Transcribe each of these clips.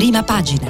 Prima pagina.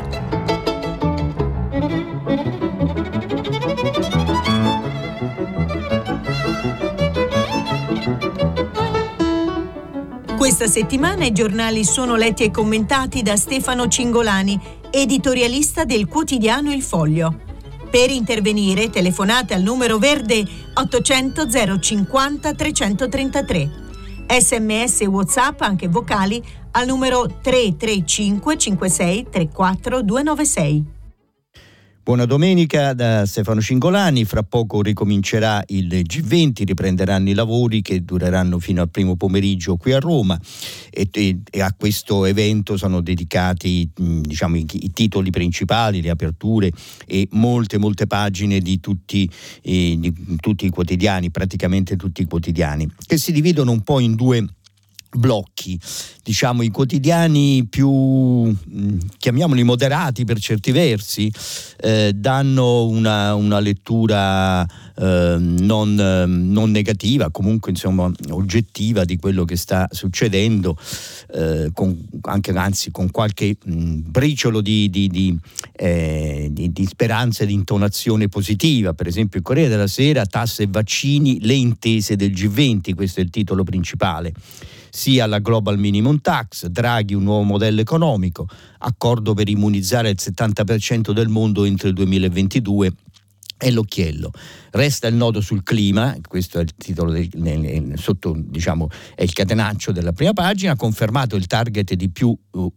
Questa settimana i giornali sono letti e commentati da Stefano Cingolani, editorialista del quotidiano Il Foglio. Per intervenire telefonate al numero verde 800 050 333. SMS e WhatsApp, anche vocali, al numero 335 56 34 296. Buona domenica da Stefano Cingolani. Fra poco ricomincerà il G20, riprenderanno i lavori che dureranno fino al primo pomeriggio qui a Roma e a questo evento sono dedicati i titoli principali, le aperture e molte pagine di tutti i quotidiani, praticamente tutti i quotidiani, che si dividono un po' in due blocchi. I quotidiani più, chiamiamoli moderati per certi versi, danno una lettura non negativa, comunque oggettiva di quello che sta succedendo, con qualche briciolo di speranza e di intonazione positiva. Per esempio il Corriere della Sera: tasse e vaccini, le intese del G20, questo è il titolo principale. Sia la Global Minimum Tax, Draghi un nuovo modello economico, accordo per immunizzare il 70% del mondo entro il 2022 e l'occhiello. Resta il nodo sul clima, questo è il titolo è il catenaccio della prima pagina, confermato il target di più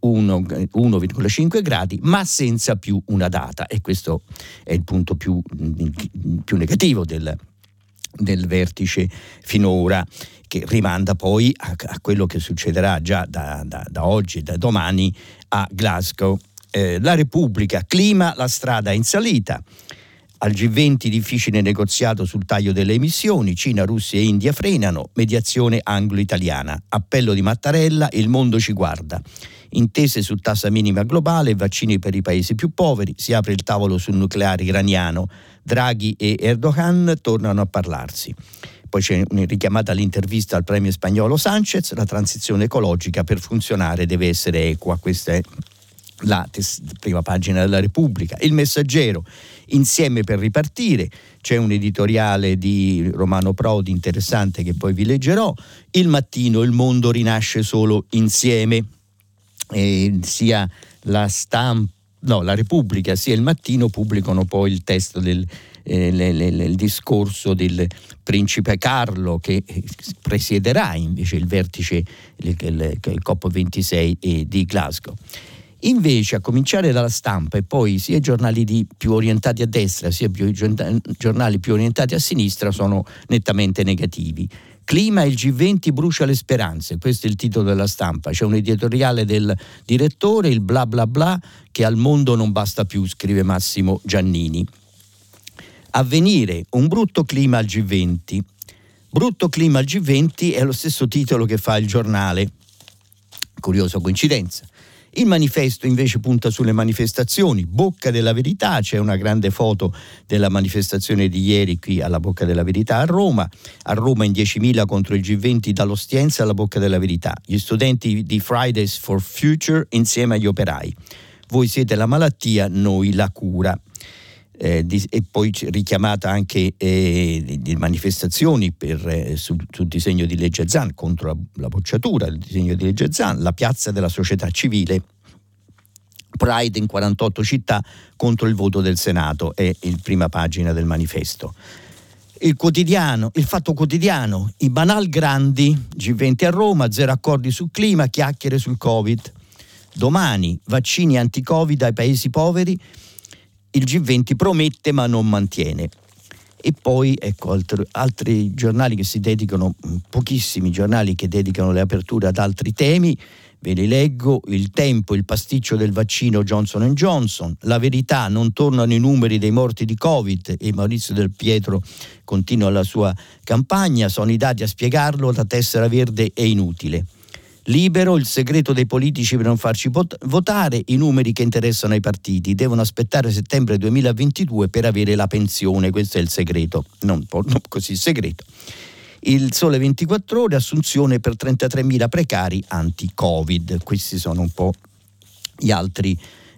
1,5 gradi, ma senza più una data, e questo è il punto più negativo del vertice finora, che rimanda poi a quello che succederà già da oggi e da domani a Glasgow. La Repubblica: clima, la strada è in salita. Al G20 difficile negoziato sul taglio delle emissioni, Cina, Russia e India frenano, mediazione anglo-italiana. Appello di Mattarella: il mondo ci guarda. Intese su tassa minima globale, vaccini per i paesi più poveri, si apre il tavolo sul nucleare iraniano. Draghi e Erdogan tornano a parlarsi. Poi c'è richiamata l'intervista al premier spagnolo Sánchez: la transizione ecologica per funzionare deve essere equa. Questa è la prima pagina della Repubblica. Il Messaggero: insieme per ripartire. C'è un editoriale di Romano Prodi interessante che poi vi leggerò. Il Mattino: il mondo rinasce solo insieme. Sia la Stampa, la Repubblica sia il Mattino pubblicano poi il testo del il discorso del principe Carlo, che presiederà invece il vertice, il COP26 di Glasgow. Invece, a cominciare dalla Stampa e poi sia i giornali più orientati a destra sia i giornali più orientati a sinistra sono nettamente negativi. Clima, il G20 brucia le speranze, questo è il titolo della Stampa. C'è un editoriale del direttore, il bla bla bla, che al mondo non basta più, scrive Massimo Giannini. Avvenire, un brutto clima al G20. Brutto clima al G20 è lo stesso titolo che fa il giornale. Curiosa coincidenza. Il Manifesto invece punta sulle manifestazioni. Bocca della Verità, c'è una grande foto della manifestazione di ieri qui alla Bocca della Verità a Roma. A Roma in 10.000 contro il G20 dall'Ostiense alla Bocca della Verità. Gli studenti di Fridays for Future insieme agli operai. Voi siete la malattia, noi la cura. E poi richiamata anche di manifestazioni sul disegno di legge Zan, contro la bocciatura del disegno di legge Zan, la piazza della società civile, Pride in 48 città contro il voto del Senato, è il prima pagina del Manifesto. Il Fatto Quotidiano, i banal grandi, G20 a Roma, 0 accordi sul clima, chiacchiere sul Covid. Domani, vaccini anti-Covid ai paesi poveri. Il G20 promette ma non mantiene. E poi altri giornali che si dedicano, pochissimi giornali che dedicano le aperture ad altri temi, ve li leggo. Il Tempo, il pasticcio del vaccino Johnson & Johnson. La Verità, non tornano i numeri dei morti di Covid e Maurizio Del Pietro continua la sua campagna, sono i dati a spiegarlo, la tessera verde è inutile. Libero, il segreto dei politici per non farci votare, i numeri che interessano ai partiti, devono aspettare settembre 2022 per avere la pensione, questo è il segreto, non così segreto. Il Sole 24 Ore, assunzione per 33.000 precari anti-Covid, questi sono un po' gli altri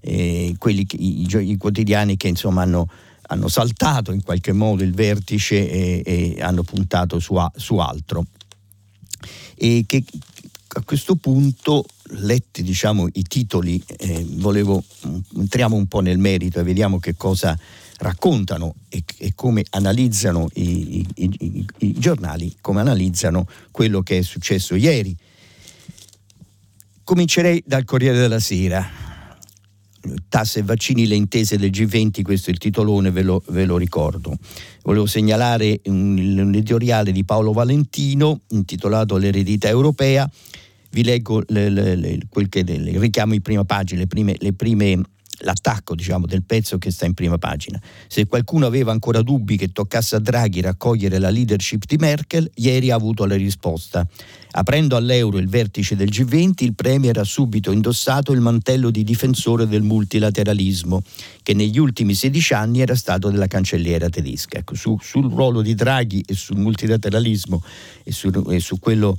i quotidiani che insomma hanno saltato in qualche modo il vertice e hanno puntato su altro. E che a questo punto, letti i titoli, entriamo un po' nel merito e vediamo che cosa raccontano e come analizzano i giornali, come analizzano quello che è successo ieri. Comincerei dal Corriere della Sera. Tasse e vaccini, le intese del G20, questo è il titolone, ve lo ricordo. Volevo segnalare un editoriale di Paolo Valentino intitolato L'eredità europea. Vi leggo quel che richiamo in prima pagina, le prime l'attacco del pezzo che sta in prima pagina. Se qualcuno aveva ancora dubbi che toccasse a Draghi raccogliere la leadership di Merkel, ieri ha avuto la risposta. Aprendo all'euro il vertice del G20, il premier ha subito indossato il mantello di difensore del multilateralismo, che negli ultimi 16 anni era stato della cancelliera tedesca. Ecco, sul ruolo di Draghi e sul multilateralismo e su quello,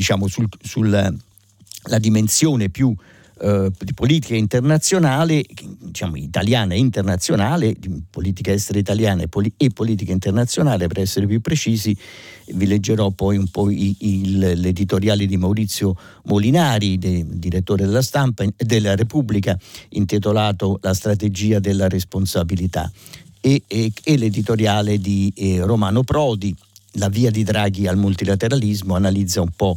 la dimensione più di politica internazionale, italiana e internazionale, di politica estera italiana e politica internazionale, per essere più precisi. Vi leggerò poi un po' l'editoriale di Maurizio Molinari, direttore della Stampa della Repubblica, intitolato La strategia della responsabilità, e l'editoriale di Romano Prodi, La via di Draghi al multilateralismo. Analizza un po'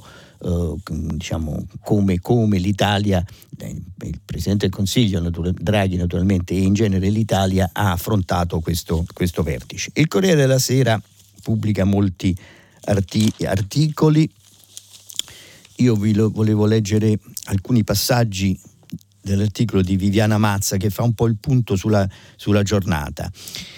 come l'Italia, il Presidente del Consiglio Draghi naturalmente, e in genere l'Italia ha affrontato questo vertice. Il Corriere della Sera pubblica molti articoli. Io volevo leggere alcuni passaggi dell'articolo di Viviana Mazza che fa un po' il punto sulla giornata.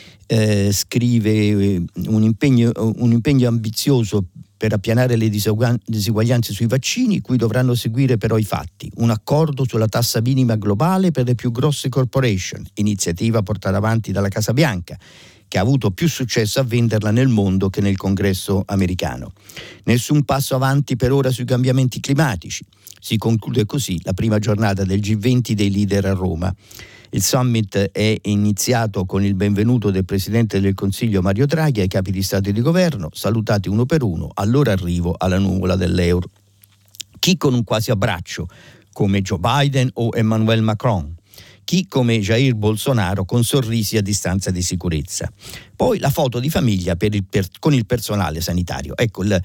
Scrive un impegno ambizioso per appianare le disuguaglianze sui vaccini, cui dovranno seguire però i fatti. Un accordo sulla tassa minima globale per le più grosse corporation, iniziativa portata avanti dalla Casa Bianca, che ha avuto più successo a venderla nel mondo che nel Congresso americano. Nessun passo avanti per ora sui cambiamenti climatici. Si conclude così la prima giornata del G20 dei leader a Roma. Il summit è iniziato con il benvenuto del Presidente del Consiglio Mario Draghi ai capi di Stato e di Governo, salutati uno per uno al loro arrivo alla nuvola dell'euro. Chi con un quasi abbraccio, come Joe Biden o Emmanuel Macron, chi come Jair Bolsonaro con sorrisi a distanza di sicurezza. Poi la foto di famiglia con il personale sanitario. Ecco, la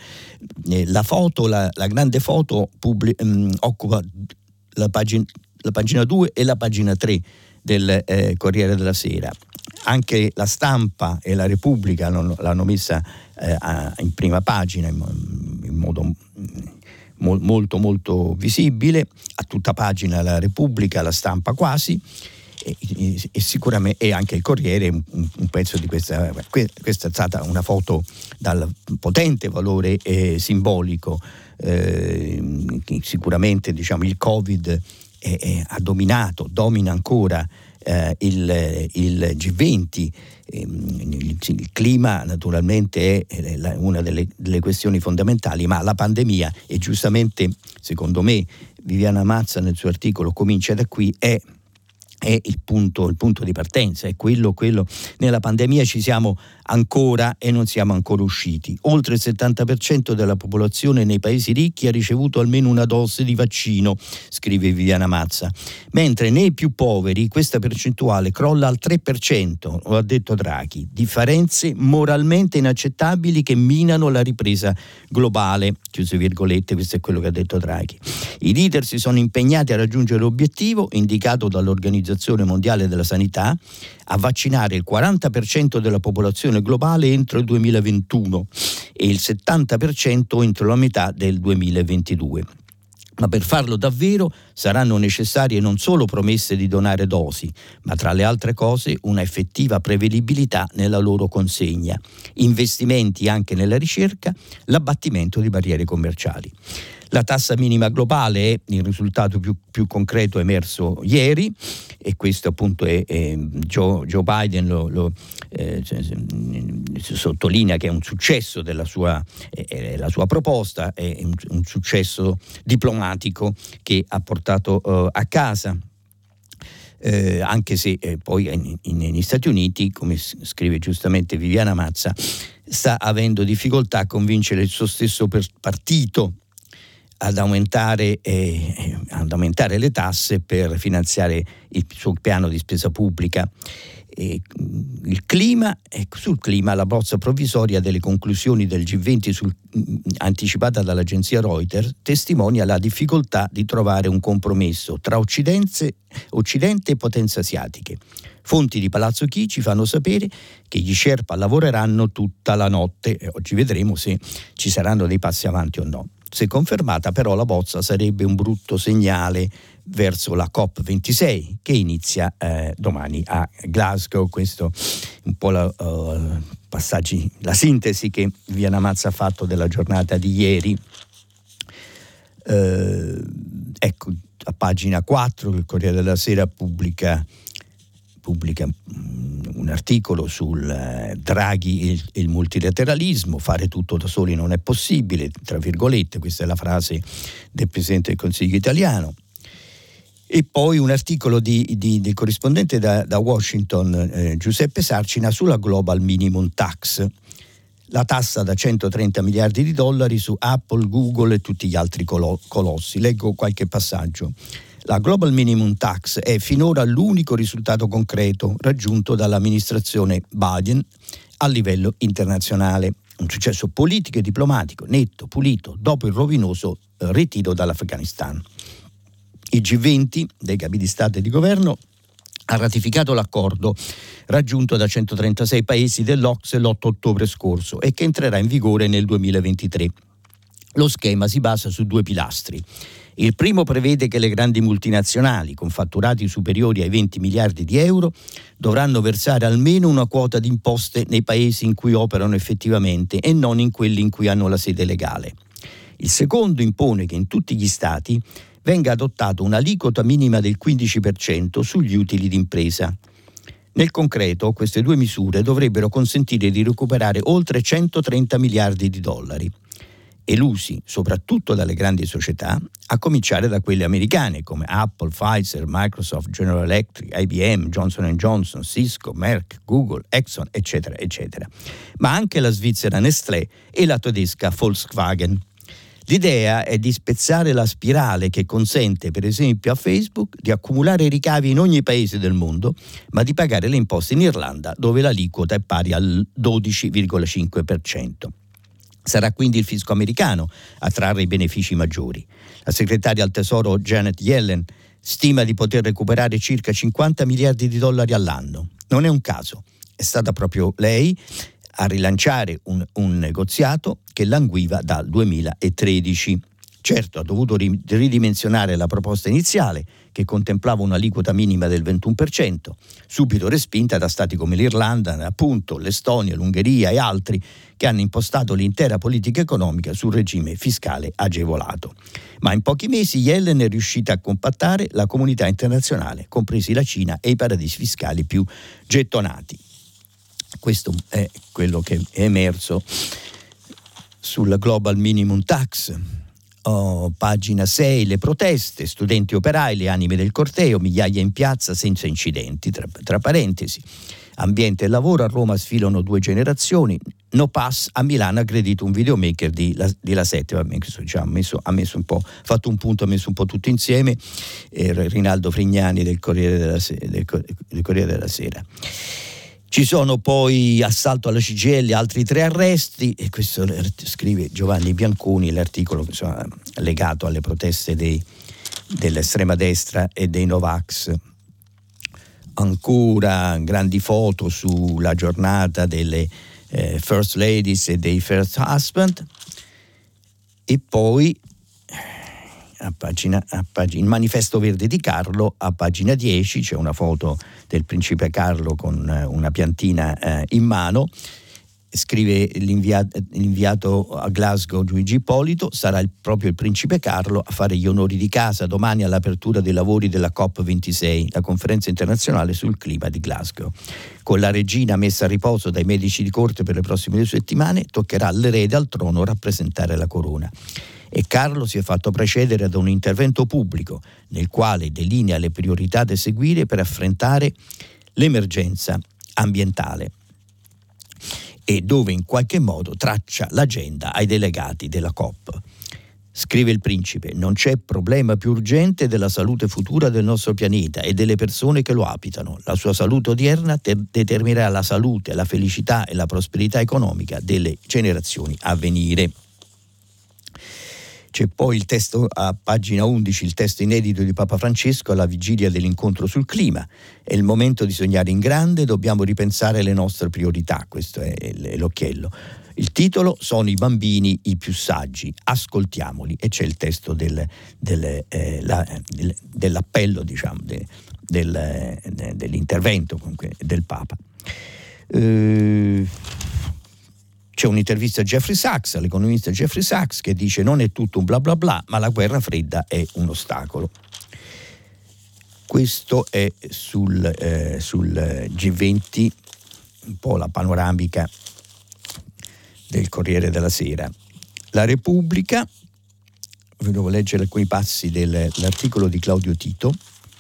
grande foto occupa la pagina 2 e la pagina 3 del Corriere della Sera. Anche la Stampa e la Repubblica l'hanno messa in prima pagina in modo molto molto visibile. A tutta pagina la Repubblica, la Stampa quasi, e sicuramente, e anche il Corriere un pezzo di questa è stata una foto dal potente valore simbolico. Sicuramente il Covid domina ancora il G20. Il clima naturalmente è una delle questioni fondamentali, ma la pandemia, e giustamente secondo me Viviana Mazza nel suo articolo comincia da qui, è il punto di partenza, è quello nella pandemia ci siamo ancora e non siamo ancora usciti. Oltre il 70% della popolazione nei paesi ricchi ha ricevuto almeno una dose di vaccino, scrive Viviana Mazza, mentre nei più poveri questa percentuale crolla al 3%, lo ha detto Draghi. Differenze moralmente inaccettabili che minano la ripresa globale, chiuse virgolette, questo è quello che ha detto Draghi. I leader si sono impegnati a raggiungere l'obiettivo indicato dall'Organizzazione Mondiale della Sanità, a vaccinare il 40% della popolazione globale entro il 2021 e il 70% entro la metà del 2022. Ma per farlo davvero saranno necessarie non solo promesse di donare dosi, ma tra le altre cose una effettiva prevedibilità nella loro consegna, investimenti anche nella ricerca, l'abbattimento di barriere commerciali. La tassa minima globale è il risultato più concreto emerso ieri, e questo appunto è Joe Biden sottolinea che è un successo della sua proposta, è un successo diplomatico che ha portato a casa. anche se poi negli Stati Uniti, come scrive giustamente Viviana Mazza, sta avendo difficoltà a convincere il suo stesso partito ad aumentare le tasse per finanziare il suo piano di spesa pubblica. Sul clima, la bozza provvisoria delle conclusioni del G20 anticipata dall'agenzia Reuters testimonia la difficoltà di trovare un compromesso tra Occidente e potenze asiatiche. Fonti di Palazzo Chigi fanno sapere che gli Sherpa lavoreranno tutta la notte e oggi vedremo se ci saranno dei passi avanti o no. Se confermata, però, la bozza sarebbe un brutto segnale verso la COP26 che inizia domani a Glasgow. Questo un po' la sintesi che Viviana Mazza ha fatto della giornata di ieri. Ecco, a pagina 4 il Corriere della Sera pubblica un articolo sul Draghi e il multilateralismo. Fare tutto da soli non è possibile, tra virgolette, questa è la frase del Presidente del Consiglio italiano. E poi un articolo del corrispondente da Washington, Giuseppe Sarcina, sulla Global Minimum Tax, la tassa da 130 miliardi di dollari su Apple, Google e tutti gli altri colossi. Leggo qualche passaggio. La Global Minimum Tax è finora l'unico risultato concreto raggiunto dall'amministrazione Biden a livello internazionale. Un successo politico e diplomatico netto, pulito, dopo il rovinoso ritiro dall'Afghanistan. Il G20 dei capi di Stato e di Governo ha ratificato l'accordo raggiunto da 136 paesi dell'OCSE l'8 ottobre scorso e che entrerà in vigore nel 2023. Lo schema si basa su 2 pilastri. Il primo prevede che le grandi multinazionali con fatturati superiori ai 20 miliardi di euro dovranno versare almeno una quota di imposte nei paesi in cui operano effettivamente e non in quelli in cui hanno la sede legale. Il secondo impone che in tutti gli stati venga adottata un'aliquota minima del 15% sugli utili d'impresa. Nel concreto, queste 2 misure dovrebbero consentire di recuperare oltre 130 miliardi di dollari. Elusi soprattutto dalle grandi società, a cominciare da quelle americane come Apple, Pfizer, Microsoft, General Electric, IBM, Johnson & Johnson, Cisco, Merck, Google, Exxon, eccetera, eccetera, ma anche la svizzera Nestlé e la tedesca Volkswagen. L'idea è di spezzare la spirale che consente, per esempio, a Facebook di accumulare ricavi in ogni paese del mondo, ma di pagare le imposte in Irlanda, dove l'aliquota è pari al 12,5%. Sarà quindi il fisco americano a trarre i benefici maggiori. La segretaria al Tesoro Janet Yellen stima di poter recuperare circa 50 miliardi di dollari all'anno. Non è un caso, è stata proprio lei a rilanciare un negoziato che languiva dal 2013. Certo, ha dovuto ridimensionare la proposta iniziale, che contemplava un'aliquota minima del 21%, subito respinta da stati come l'Irlanda, appunto, l'Estonia, l'Ungheria e altri, che hanno impostato l'intera politica economica sul regime fiscale agevolato. Ma in pochi mesi Yellen è riuscita a compattare la comunità internazionale, compresi la Cina e i paradisi fiscali più gettonati. Questo è quello che è emerso sulla Global Minimum Tax. Pagina 6, le proteste, studenti operai, le anime del corteo, migliaia in piazza senza incidenti, tra parentesi. Ambiente e lavoro, a Roma sfilano 2 generazioni, no pass, a Milano ha aggredito un videomaker di La 7, ha messo un po', fatto un punto, ha messo un po' tutto insieme, Rinaldo Frignani del Corriere della Sera. Ci sono poi assalto alla CGIL, altri 3 arresti, e questo scrive Giovanni Bianconi, l'articolo legato alle proteste dell'estrema destra e dei Novax. Ancora grandi foto sulla giornata delle First Ladies e dei First Husband, e poi il manifesto verde di Carlo, a pagina 10 c'è una foto del principe Carlo con una piantina in mano, scrive l'inviato a Glasgow Luigi Ippolito, sarà proprio il principe Carlo a fare gli onori di casa domani all'apertura dei lavori della COP26, la conferenza internazionale sul clima di Glasgow. Con la regina messa a riposo dai medici di corte per le prossime 2 settimane, toccherà all'erede al trono rappresentare la corona. E Carlo si è fatto precedere da un intervento pubblico nel quale delinea le priorità da seguire per affrontare l'emergenza ambientale e dove in qualche modo traccia l'agenda ai delegati della COP. Scrive il principe: non c'è problema più urgente della salute futura del nostro pianeta e delle persone che lo abitano. La sua salute odierna determinerà la salute, la felicità e la prosperità economica delle generazioni a venire. C'è poi il testo a pagina 11, il testo inedito di Papa Francesco alla vigilia dell'incontro sul clima. È il momento di sognare in grande, dobbiamo ripensare le nostre priorità, questo è l'occhiello. Il titolo: sono i bambini i più saggi, ascoltiamoli, e c'è il testo dell'appello, diciamo, dell'intervento comunque del Papa. C'è un'intervista a Jeffrey Sachs, all'economista Jeffrey Sachs, che dice: non è tutto un bla bla bla, ma la guerra fredda è un ostacolo. Questo è sul G20, un po' la panoramica del Corriere della Sera. La Repubblica, volevo leggere alcuni passi dell'articolo di Claudio Tito.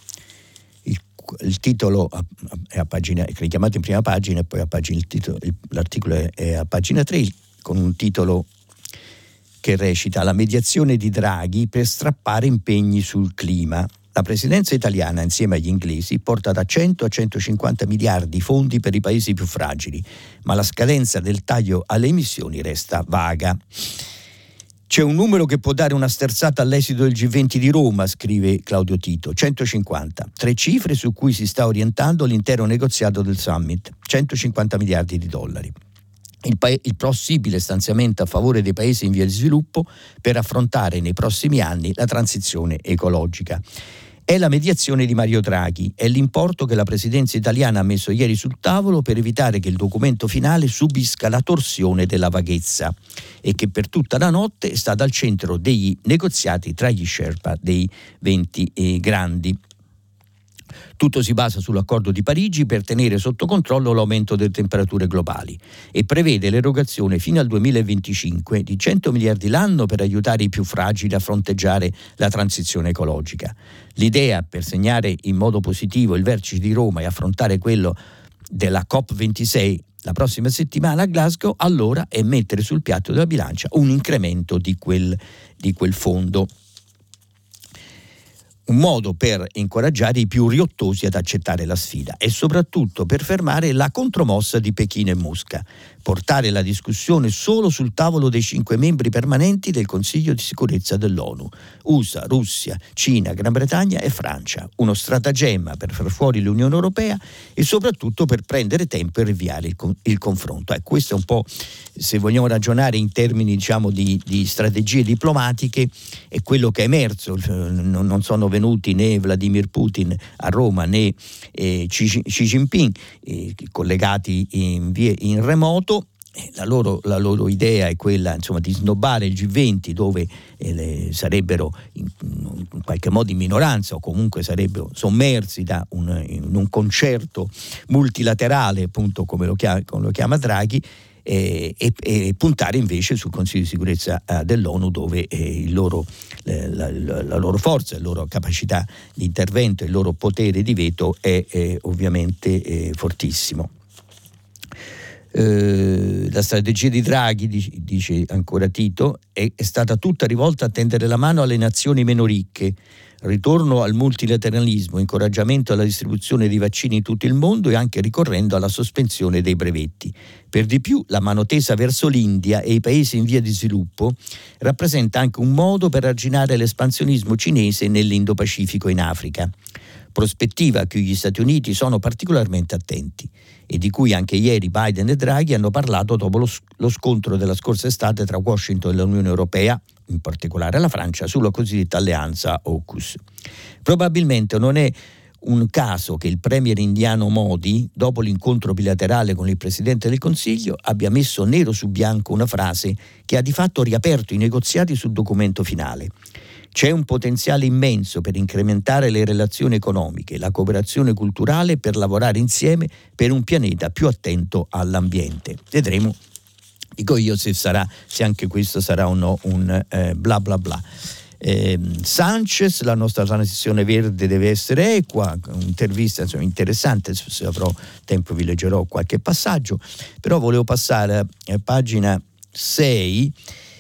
Il titolo è a pagina, è richiamato in prima pagina, e poi a pagina, l'articolo è a pagina 3 con un titolo che recita: la mediazione di Draghi per strappare impegni sul clima. La presidenza italiana, insieme agli inglesi, porta da 100 a 150 miliardi fondi per i paesi più fragili, ma la scadenza del taglio alle emissioni resta vaga. C'è un numero che può dare una sterzata all'esito del G20 di Roma, scrive Claudio Tito: 150, 3 cifre su cui si sta orientando l'intero negoziato del summit, 150 miliardi di dollari. Il possibile stanziamento a favore dei paesi in via di sviluppo per affrontare nei prossimi anni la transizione ecologica. È la mediazione di Mario Draghi, è l'importo che la presidenza italiana ha messo ieri sul tavolo per evitare che il documento finale subisca la torsione della vaghezza e che per tutta la notte è stata al centro degli negoziati tra gli Sherpa dei 20 grandi. Tutto si basa sull'accordo di Parigi per tenere sotto controllo l'aumento delle temperature globali e prevede l'erogazione fino al 2025 di 100 miliardi l'anno per aiutare i più fragili a fronteggiare la transizione ecologica. L'idea, per segnare in modo positivo il vertice di Roma e affrontare quello della COP26 la prossima settimana a Glasgow, allora, è mettere sul piatto della bilancia un incremento di quel fondo. Un modo per incoraggiare i più riottosi ad accettare la sfida e soprattutto per fermare la contromossa di Pechino e Mosca, portare la discussione solo sul tavolo dei 5 membri permanenti del Consiglio di sicurezza dell'ONU: USA, Russia, Cina, Gran Bretagna e Francia. Uno stratagemma per far fuori l'Unione Europea e soprattutto per prendere tempo e rinviare il confronto. Questo è un po', se vogliamo ragionare in termini, diciamo, di strategie diplomatiche, è quello che è emerso. Non sono venuti né Vladimir Putin a Roma né Xi Jinping collegati in remoto. La loro idea è quella, insomma, di snobbare il G20, dove sarebbero in qualche modo in minoranza o comunque sarebbero sommersi da un concerto multilaterale, appunto come lo chiama Draghi, e puntare invece sul Consiglio di sicurezza dell'ONU, dove la loro forza, la loro capacità di intervento, il loro potere di veto è ovviamente fortissimo. La strategia di Draghi, dice ancora Tito, è stata tutta rivolta a tendere la mano alle nazioni meno ricche, ritorno al multilateralismo, incoraggiamento alla distribuzione di vaccini in tutto il mondo e anche ricorrendo alla sospensione dei brevetti. Per di più, la mano tesa verso l'India e i paesi in via di sviluppo rappresenta anche un modo per arginare l'espansionismo cinese nell'Indo-Pacifico e in Africa. Prospettiva a cui gli Stati Uniti sono particolarmente attenti e di cui anche ieri Biden e Draghi hanno parlato dopo lo scontro della scorsa estate tra Washington e l'Unione Europea, in particolare la Francia, sulla cosiddetta alleanza AUKUS. Probabilmente non è un caso che il premier indiano Modi, dopo l'incontro bilaterale con il Presidente del Consiglio, abbia messo nero su bianco una frase che ha di fatto riaperto i negoziati sul documento finale. C'è un potenziale immenso per incrementare le relazioni economiche, la cooperazione culturale, per lavorare insieme per un pianeta più attento all'ambiente. Vedremo, dico io, se anche questo sarà o no un bla bla bla. Sanchez, la nostra transizione verde deve essere equa, un'intervista interessante, se avrò tempo vi leggerò qualche passaggio, però volevo passare a pagina 6.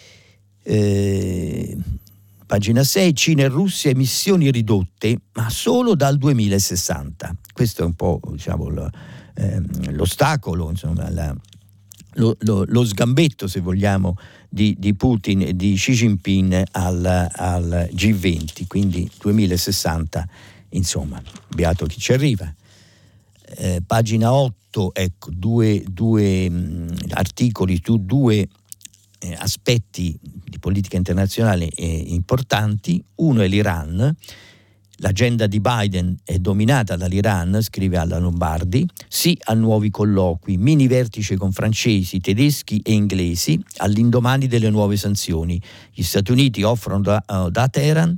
Pagina 6, Cina e Russia, emissioni ridotte, ma solo dal 2060. Questo è un po', diciamo, l'ostacolo, insomma, lo sgambetto, se vogliamo, di Putin e di Xi Jinping al G20. Quindi 2060, insomma, beato chi ci arriva. Pagina 8, ecco, due articoli su due aspetti di politica internazionale importanti. Uno è l'Iran. L'agenda di Biden è dominata dall'Iran, scrive Alla Lombardi. Sì a nuovi colloqui, mini vertice con francesi, tedeschi e inglesi all'indomani delle nuove sanzioni. Gli Stati Uniti vogliono da Teheran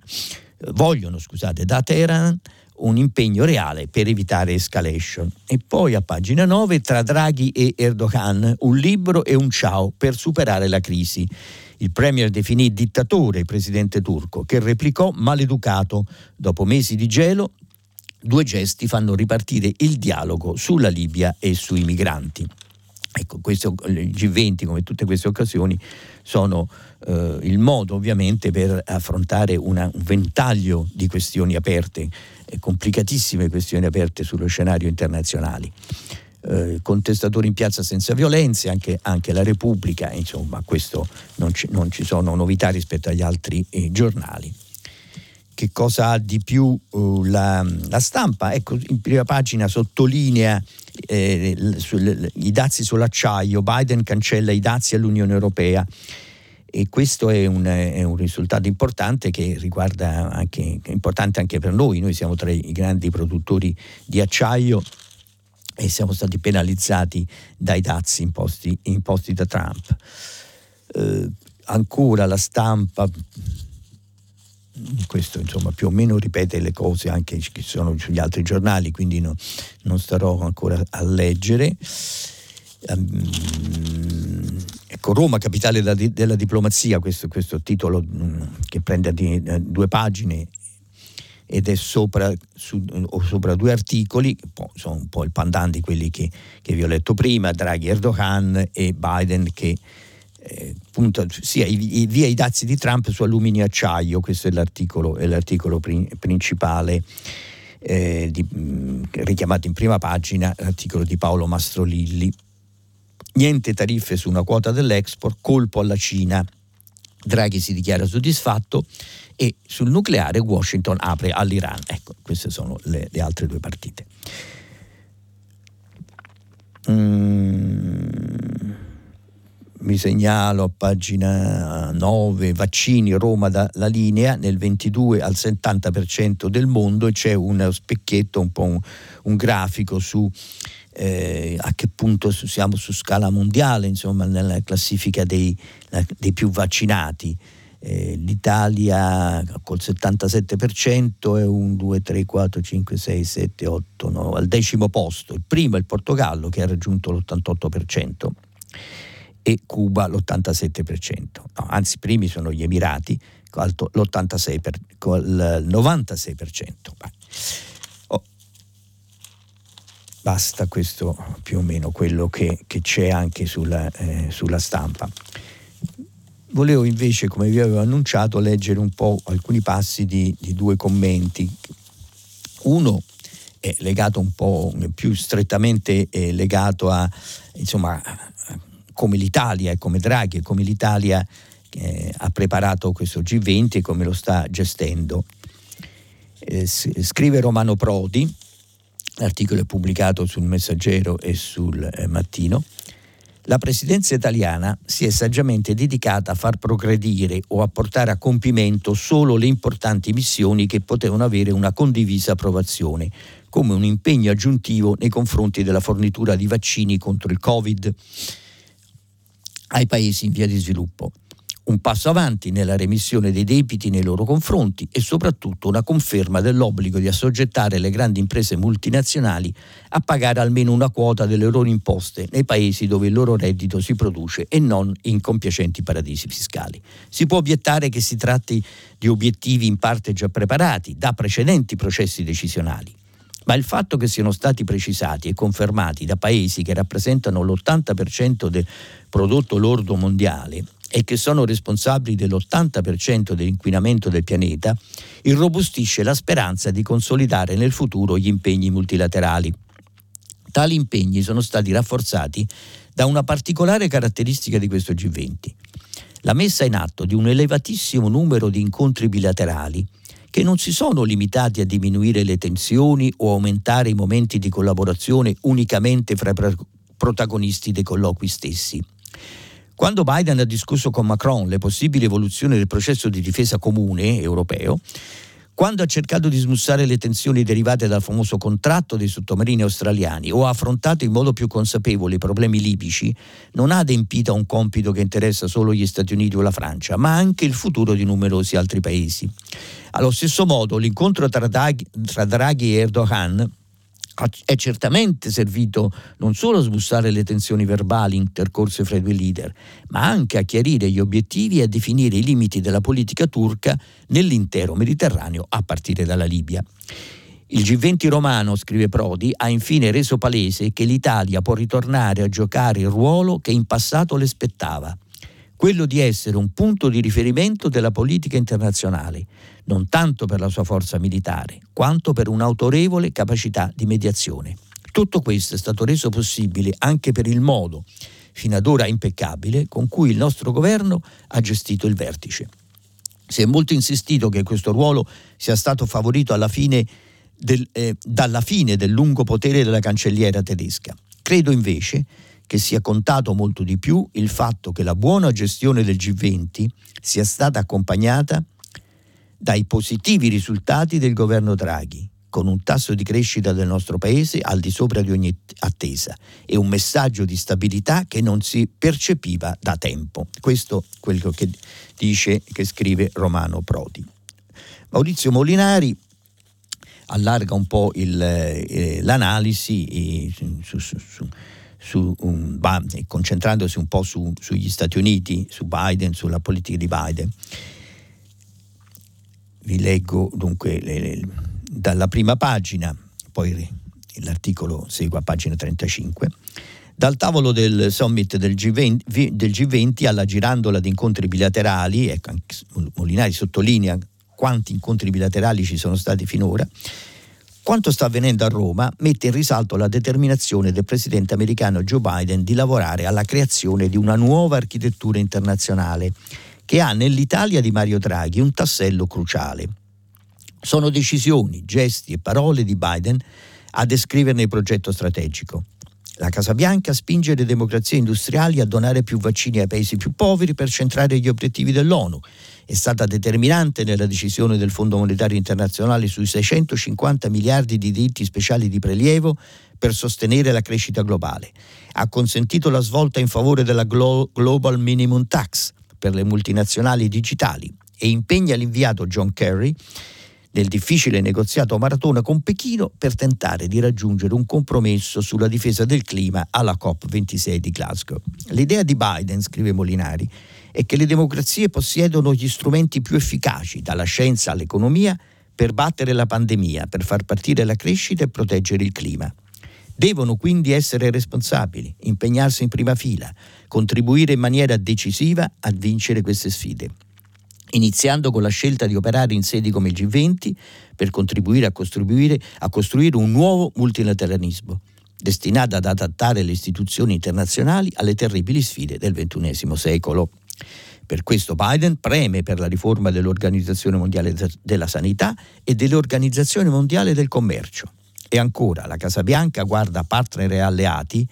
un impegno reale per evitare escalation. E poi a pagina 9, tra Draghi e Erdogan, un libro e un ciao per superare la crisi. Il premier definì dittatore il presidente turco, che replicò maleducato. Dopo mesi di gelo, due gesti fanno ripartire il dialogo sulla Libia e sui migranti. Ecco, questo, il G20, come tutte queste occasioni, sono il modo ovviamente per affrontare un ventaglio di questioni aperte, complicatissime questioni aperte sullo scenario internazionale. Contestatori in piazza senza violenze, anche la Repubblica, insomma, questo non ci sono novità rispetto agli altri giornali. Che cosa ha di più la Stampa? Ecco, in prima pagina sottolinea i dazi sull'acciaio. Biden cancella i dazi all'Unione Europea, e questo è un risultato importante che riguarda importante anche per noi. Noi siamo tra i grandi produttori di acciaio e siamo stati penalizzati dai dazi imposti da Trump. Ancora la Stampa, questo insomma più o meno ripete le cose anche che sono sugli altri giornali, quindi non starò ancora a leggere. Ecco, Roma, capitale della diplomazia, questo titolo che prende due pagine ed è sopra due articoli, sono un po' il pandan di quelli che vi ho letto prima, Draghi, Erdogan e Biden che punta sia via i dazi di Trump su alluminio e acciaio. Questo è l'articolo principale richiamato in prima pagina, l'articolo di Paolo Mastrolilli. Niente tariffe su una quota dell'export, colpo alla Cina. Draghi si dichiara soddisfatto, e sul nucleare Washington apre all'Iran. Ecco, queste sono le altre due partite. Mi segnalo a pagina 9, vaccini, Roma la linea, nel 22 al 70% del mondo, e c'è uno specchietto, un po' un grafico su a che punto siamo su scala mondiale, insomma, nella classifica dei più vaccinati. L'Italia col 77% è 1, 2, 3, 4, 5, 6, 7, 8, 9, al 10° posto. Il primo è il Portogallo, che ha raggiunto l'88%, e Cuba l'87%. No, anzi, i primi sono gli Emirati con il 96%. Basta, questo più o meno quello che c'è anche sulla Stampa. Volevo invece, come vi avevo annunciato, leggere un po' alcuni passi di due commenti. Uno è legato un po' più strettamente legato a come l'Italia e come Draghi e come l'Italia ha preparato questo G20 e come lo sta gestendo. Scrive Romano Prodi, l'articolo è pubblicato sul Messaggero e sul Mattino. La presidenza italiana si è saggiamente dedicata a far progredire o a portare a compimento solo le importanti missioni che potevano avere una condivisa approvazione, come un impegno aggiuntivo nei confronti della fornitura di vaccini contro il Covid ai paesi in via di sviluppo. Un passo avanti nella remissione dei debiti nei loro confronti e soprattutto una conferma dell'obbligo di assoggettare le grandi imprese multinazionali a pagare almeno una quota delle loro imposte nei paesi dove il loro reddito si produce e non in compiacenti paradisi fiscali. Si può obiettare che si tratti di obiettivi in parte già preparati da precedenti processi decisionali, ma il fatto che siano stati precisati e confermati da paesi che rappresentano l'80% del prodotto lordo mondiale e che sono responsabili dell'80% dell'inquinamento del pianeta, irrobustisce la speranza di consolidare nel futuro gli impegni multilaterali. Tali impegni sono stati rafforzati da una particolare caratteristica di questo G20, la messa in atto di un elevatissimo numero di incontri bilaterali che non si sono limitati a diminuire le tensioni o aumentare i momenti di collaborazione unicamente fra i protagonisti dei colloqui stessi. Quando Biden ha discusso con Macron le possibili evoluzioni del processo di difesa comune europeo, quando ha cercato di smussare le tensioni derivate dal famoso contratto dei sottomarini australiani o ha affrontato in modo più consapevole i problemi libici, non ha adempiito a un compito che interessa solo gli Stati Uniti o la Francia, ma anche il futuro di numerosi altri paesi. Allo stesso modo, l'incontro tra Draghi e Erdogan è certamente servito non solo a smussare le tensioni verbali intercorse fra i due leader, ma anche a chiarire gli obiettivi e a definire i limiti della politica turca nell'intero Mediterraneo, a partire dalla Libia. Il G20 romano, scrive Prodi, ha infine reso palese che l'Italia può ritornare a giocare il ruolo che in passato le spettava, quello di essere un punto di riferimento della politica internazionale, non tanto per la sua forza militare, quanto per un'autorevole capacità di mediazione. Tutto questo è stato reso possibile anche per il modo, fino ad ora impeccabile, con cui il nostro governo ha gestito il vertice. Si è molto insistito che questo ruolo sia stato favorito dalla fine del lungo potere della cancelliera tedesca. Credo invece che sia contato molto di più il fatto che la buona gestione del G20 sia stata accompagnata dai positivi risultati del governo Draghi, con un tasso di crescita del nostro paese al di sopra di ogni attesa e un messaggio di stabilità che non si percepiva da tempo. Questo è quello che dice, che scrive Romano Prodi. Maurizio Molinari allarga un po' l'analisi concentrandosi un po' sugli Stati Uniti, su Biden, sulla politica di Biden. Vi leggo dunque dalla prima pagina, poi l'articolo segue a pagina 35. Dal tavolo del summit del G20 alla girandola di incontri bilaterali, ecco, anche Molinari sottolinea quanti incontri bilaterali ci sono stati finora. Quanto sta avvenendo a Roma mette in risalto la determinazione del presidente americano Joe Biden di lavorare alla creazione di una nuova architettura internazionale che ha nell'Italia di Mario Draghi un tassello cruciale. Sono decisioni, gesti e parole di Biden a descriverne il progetto strategico. La Casa Bianca spinge le democrazie industriali a donare più vaccini ai paesi più poveri per centrare gli obiettivi dell'ONU. È stata determinante nella decisione del Fondo Monetario Internazionale sui 650 miliardi di diritti speciali di prelievo per sostenere la crescita globale. Ha consentito la svolta in favore della Global Minimum Tax per le multinazionali digitali e impegna l'inviato John Kerry nel difficile negoziato maratona con Pechino per tentare di raggiungere un compromesso sulla difesa del clima alla COP26 di Glasgow. L'idea di Biden, scrive Molinari, è che le democrazie possiedono gli strumenti più efficaci, dalla scienza all'economia, per battere la pandemia, per far partire la crescita e proteggere il clima. Devono quindi essere responsabili, impegnarsi in prima fila, contribuire in maniera decisiva a vincere queste sfide, iniziando con la scelta di operare in sedi come il G20 per contribuire a costruire un nuovo multilateralismo, destinato ad adattare le istituzioni internazionali alle terribili sfide del XXI secolo. Per questo Biden preme per la riforma dell'Organizzazione Mondiale della Sanità e dell'Organizzazione Mondiale del Commercio. E ancora, la Casa Bianca guarda a partner e alleati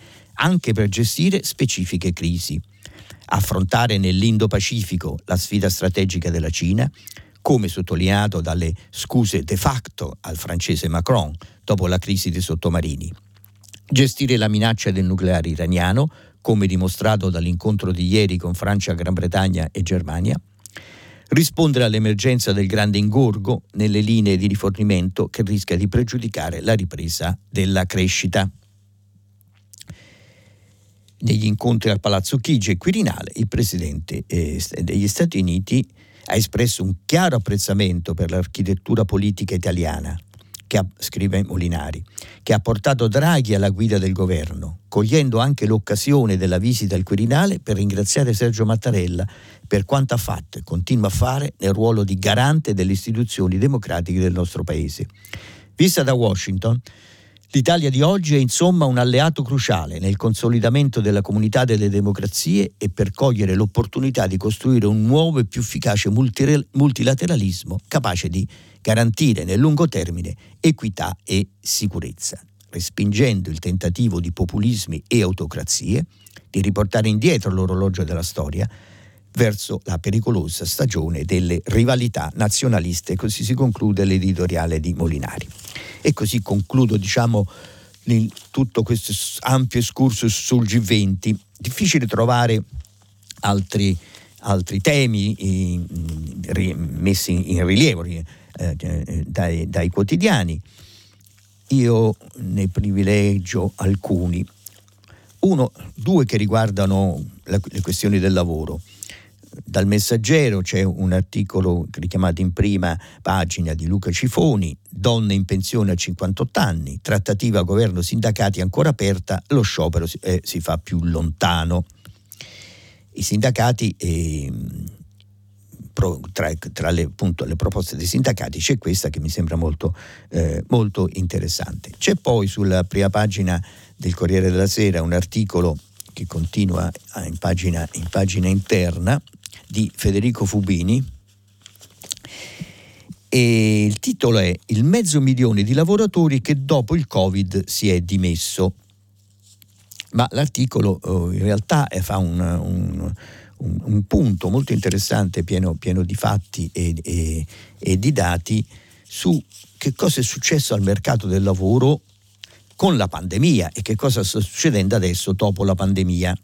anche per gestire specifiche crisi, affrontare nell'Indo-Pacifico la sfida strategica della Cina, come sottolineato dalle scuse de facto al francese Macron dopo la crisi dei sottomarini, gestire la minaccia del nucleare iraniano, come dimostrato dall'incontro di ieri con Francia, Gran Bretagna e Germania, rispondere all'emergenza del grande ingorgo nelle linee di rifornimento che rischia di pregiudicare la ripresa della crescita. Negli incontri al Palazzo Chigi e Quirinale, il presidente degli Stati Uniti ha espresso un chiaro apprezzamento per l'architettura politica italiana, scrive Molinari, che ha portato Draghi alla guida del governo, cogliendo anche l'occasione della visita al Quirinale per ringraziare Sergio Mattarella per quanto ha fatto e continua a fare nel ruolo di garante delle istituzioni democratiche del nostro Paese. Vista da Washington, l'Italia di oggi è insomma un alleato cruciale nel consolidamento della comunità delle democrazie e per cogliere l'opportunità di costruire un nuovo e più efficace multilateralismo capace di garantire nel lungo termine equità e sicurezza, respingendo il tentativo di populismi e autocrazie di riportare indietro l'orologio della storia verso la pericolosa stagione delle rivalità nazionaliste. Così si conclude l'editoriale di Molinari. E così concludo, tutto questo ampio excursus sul G20. Difficile trovare altri temi messi in rilievo dai quotidiani. Io ne privilegio alcuni. Due che riguardano le questioni del lavoro. Dal Messaggero c'è un articolo richiamato in prima pagina di Luca Cifoni, donne in pensione a 58 anni, trattativa governo-sindacati ancora aperta, lo sciopero si fa più lontano. I sindacati, tra le proposte dei sindacati c'è questa che mi sembra molto interessante. C'è poi sulla prima pagina del Corriere della Sera un articolo che continua in pagina interna di Federico Fubini e il titolo è "Il 500.000 di lavoratori che dopo il Covid si è dimesso". Ma l'articolo in realtà fa un punto molto interessante, pieno di fatti e di dati su che cosa è successo al mercato del lavoro con la pandemia e che cosa sta succedendo adesso dopo la pandemia.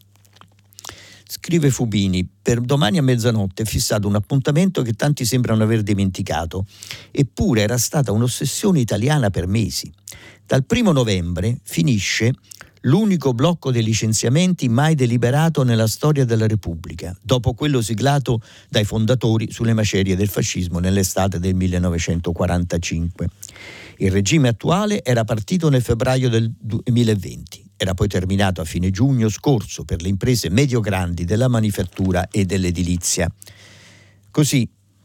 Scrive Fubini: per domani a mezzanotte è fissato un appuntamento che tanti sembrano aver dimenticato, eppure era stata un'ossessione italiana per mesi. Dal 1 novembre finisce l'unico blocco dei licenziamenti mai deliberato nella storia della Repubblica, dopo quello siglato dai fondatori sulle macerie del fascismo nell'estate del 1945. Il regime attuale era partito nel febbraio del 2020. Era poi terminato a fine giugno scorso per le imprese medio-grandi della manifattura e dell'edilizia. Così,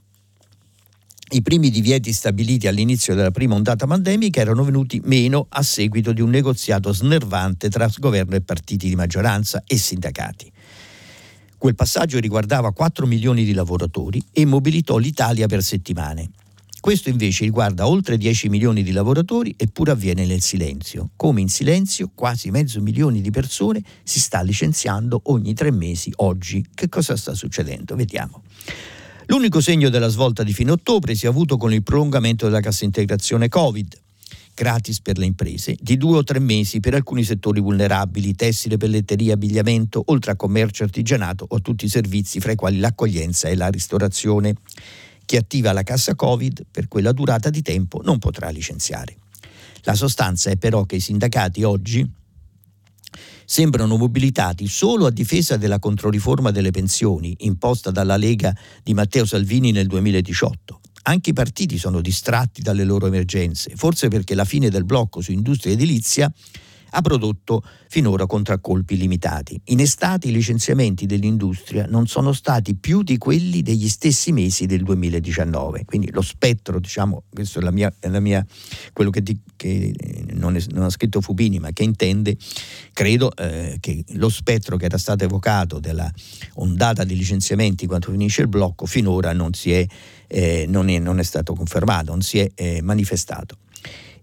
i primi divieti stabiliti all'inizio della prima ondata pandemica erano venuti meno a seguito di un negoziato snervante tra governo e partiti di maggioranza e sindacati. Quel passaggio riguardava 4 milioni di lavoratori e mobilitò l'Italia per settimane. Questo invece riguarda oltre 10 milioni di lavoratori, eppure avviene nel silenzio. Come in silenzio quasi 500.000 di persone si sta licenziando ogni 3 mesi oggi. Che cosa sta succedendo? Vediamo. L'unico segno della svolta di fine ottobre si è avuto con il prolungamento della cassa integrazione Covid, gratis per le imprese, di 2 o 3 mesi per alcuni settori vulnerabili, tessile, pelletteria, abbigliamento, oltre a commercio, artigianato o tutti i servizi fra i quali l'accoglienza e la ristorazione. Chi attiva la cassa Covid per quella durata di tempo non potrà licenziare. La sostanza è però che i sindacati oggi sembrano mobilitati solo a difesa della controriforma delle pensioni imposta dalla Lega di Matteo Salvini nel 2018. Anche i partiti sono distratti dalle loro emergenze, forse perché la fine del blocco su industria e edilizia ha prodotto finora contraccolpi limitati. In estate i licenziamenti dell'industria non sono stati più di quelli degli stessi mesi del 2019, quindi lo spettro, questo è la mia quello che non ha scritto Fubini, ma che intende, credo che lo spettro che era stato evocato della ondata di licenziamenti quando finisce il blocco finora non è stato confermato, non si è manifestato.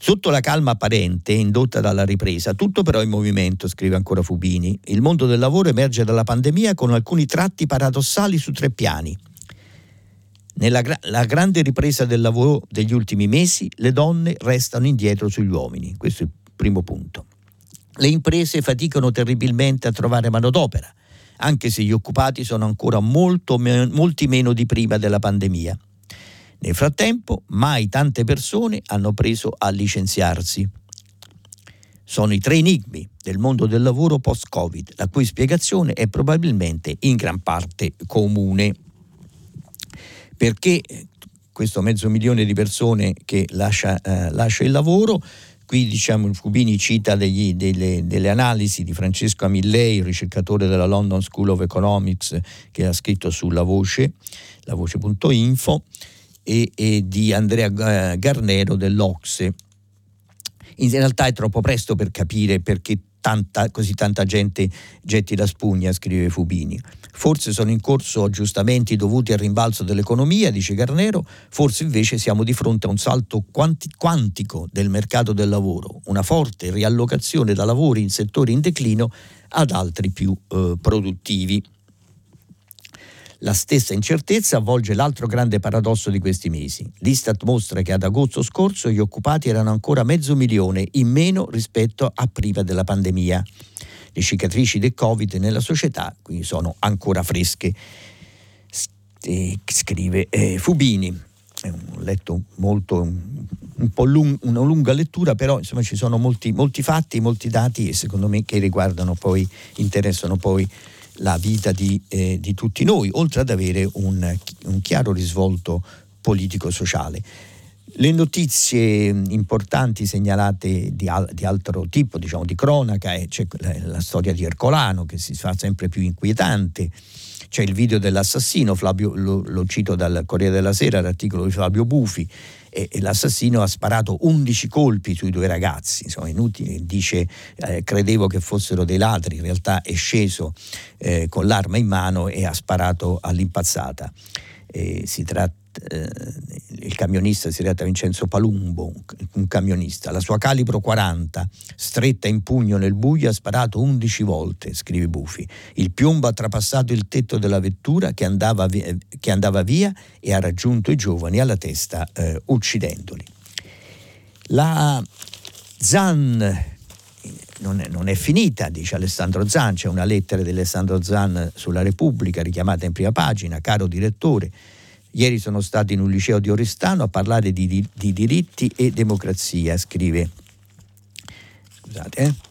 Sotto la calma apparente indotta dalla ripresa, tutto però è in movimento, scrive ancora Fubini. Il mondo del lavoro emerge dalla pandemia con alcuni tratti paradossali su 3 piani. Nella la grande ripresa del lavoro degli ultimi mesi, le donne restano indietro sugli uomini. Questo è il primo punto. Le imprese faticano terribilmente a trovare manodopera, anche se gli occupati sono ancora molti meno di prima della pandemia. Nel frattempo, mai tante persone hanno preso a licenziarsi. Sono i 3 enigmi del mondo del lavoro post-Covid, la cui spiegazione è probabilmente in gran parte comune. Perché questo 500.000 di persone che lascia il lavoro, qui diciamo Fubini cita delle analisi di Francesco Amillei, ricercatore della London School of Economics, che ha scritto sulla voce.info, e di Andrea Garnero dell'Ocse. In realtà è troppo presto per capire perché così tanta gente getti la spugna, scrive Fubini. Forse sono in corso aggiustamenti dovuti al rimbalzo dell'economia, dice Garnero, forse invece siamo di fronte a un salto quantico del mercato del lavoro, una forte riallocazione da lavori in settori in declino ad altri più produttivi. La stessa incertezza avvolge l'altro grande paradosso di questi mesi. L'Istat mostra che ad agosto scorso gli occupati erano ancora 500.000 in meno rispetto a prima della pandemia. Le cicatrici del Covid nella società qui sono ancora fresche, scrive Fubini. Ho letto molto, un po' una lunga lettura, però insomma ci sono molti fatti, molti dati, e secondo me che interessano poi la vita di tutti noi, oltre ad avere un chiaro risvolto politico-sociale. Le notizie importanti segnalate di altro tipo, diciamo di cronaca, c'è la storia di Ercolano che si fa sempre più inquietante. C'è il video dell'assassino, lo cito dal Corriere della Sera, l'articolo di Flavio Bufi, e l'assassino ha sparato 11 colpi sui 2 ragazzi, insomma inutile, dice credevo che fossero dei ladri, in realtà è sceso con l'arma in mano e ha sparato all'impazzata. Il camionista si tratta Vincenzo Palumbo, un camionista. La sua calibro 40, stretta in pugno nel buio, ha sparato 11 volte, scrive Bufi. Il piombo ha trapassato il tetto della vettura che andava via e ha raggiunto i giovani alla testa, uccidendoli. La Zan non è finita, dice Alessandro Zan. C'è una lettera di Alessandro Zan sulla Repubblica richiamata in prima pagina. Caro direttore, ieri sono stato in un liceo di Oristano a parlare di diritti e democrazia, scrive. Scusate,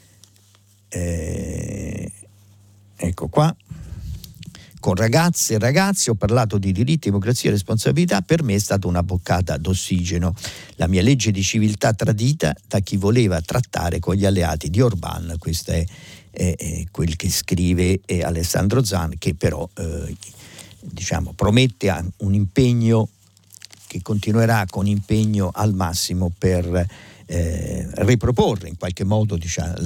ecco qua. Con ragazze e ragazzi ho parlato di diritti, democrazia e responsabilità. Per me è stata una boccata d'ossigeno. La mia legge di civiltà tradita da chi voleva trattare con gli alleati di Orbán. Questo è quel che scrive Alessandro Zan, che però promette un impegno che continuerà con impegno al massimo per riproporre in qualche modo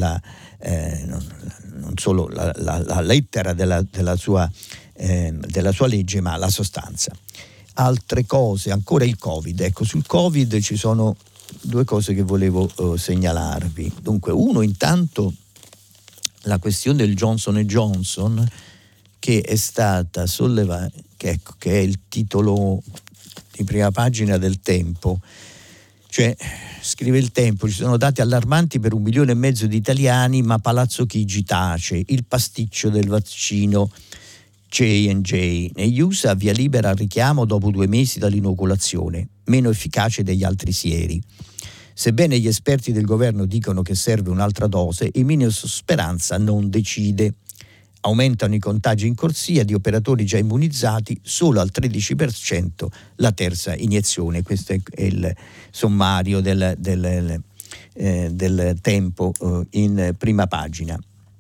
non solo la lettera della sua legge, ma la sostanza. Altre cose, ancora il Covid. Ecco, sul Covid ci sono 2 cose che volevo segnalarvi. Dunque, uno, intanto la questione del Johnson & Johnson, che è stata sollevata, che è il titolo di prima pagina del Tempo. Cioè, scrive il Tempo, ci sono dati allarmanti per 1,5 milioni di italiani, ma Palazzo Chigi tace, il pasticcio del vaccino J&J. Negli USA via libera al richiamo dopo 2 mesi dall'inoculazione, meno efficace degli altri sieri. Sebbene gli esperti del governo dicono che serve un'altra dose, il Ministro Speranza non decide. Aumentano i contagi in corsia di operatori già immunizzati, solo al 13% la terza iniezione. Questo è il sommario del Tempo in prima pagina.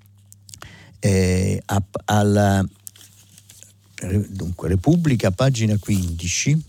Dunque, Repubblica, pagina 15.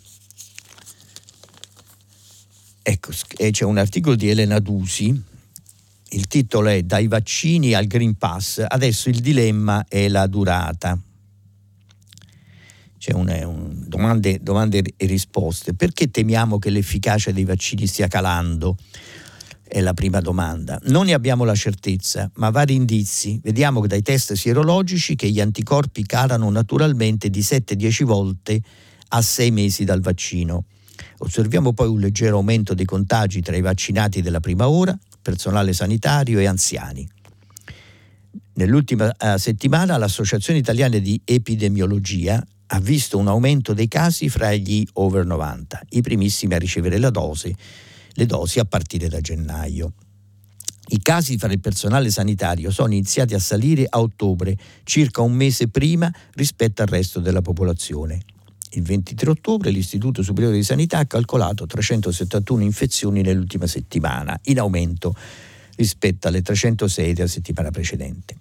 Ecco, c'è un articolo di Elena Dusi. Il titolo è Dai vaccini al Green Pass, adesso il dilemma è la durata. c'è domande e risposte. Perché temiamo che l'efficacia dei vaccini stia calando? È la prima domanda. Non ne abbiamo la certezza, ma vari indizi. Vediamo che dai test sierologici che gli anticorpi calano naturalmente di 7-10 volte a 6 mesi dal vaccino. Osserviamo poi un leggero aumento dei contagi tra i vaccinati della prima ora, personale sanitario e anziani. Nell'ultima settimana l'Associazione Italiana di Epidemiologia ha visto un aumento dei casi fra gli over 90, i primissimi a ricevere le dosi a partire da gennaio. I casi fra il personale sanitario sono iniziati a salire a ottobre, circa un mese prima rispetto al resto della popolazione. Il 23 ottobre l'Istituto Superiore di Sanità ha calcolato 371 infezioni nell'ultima settimana, in aumento rispetto alle 306 della settimana precedente.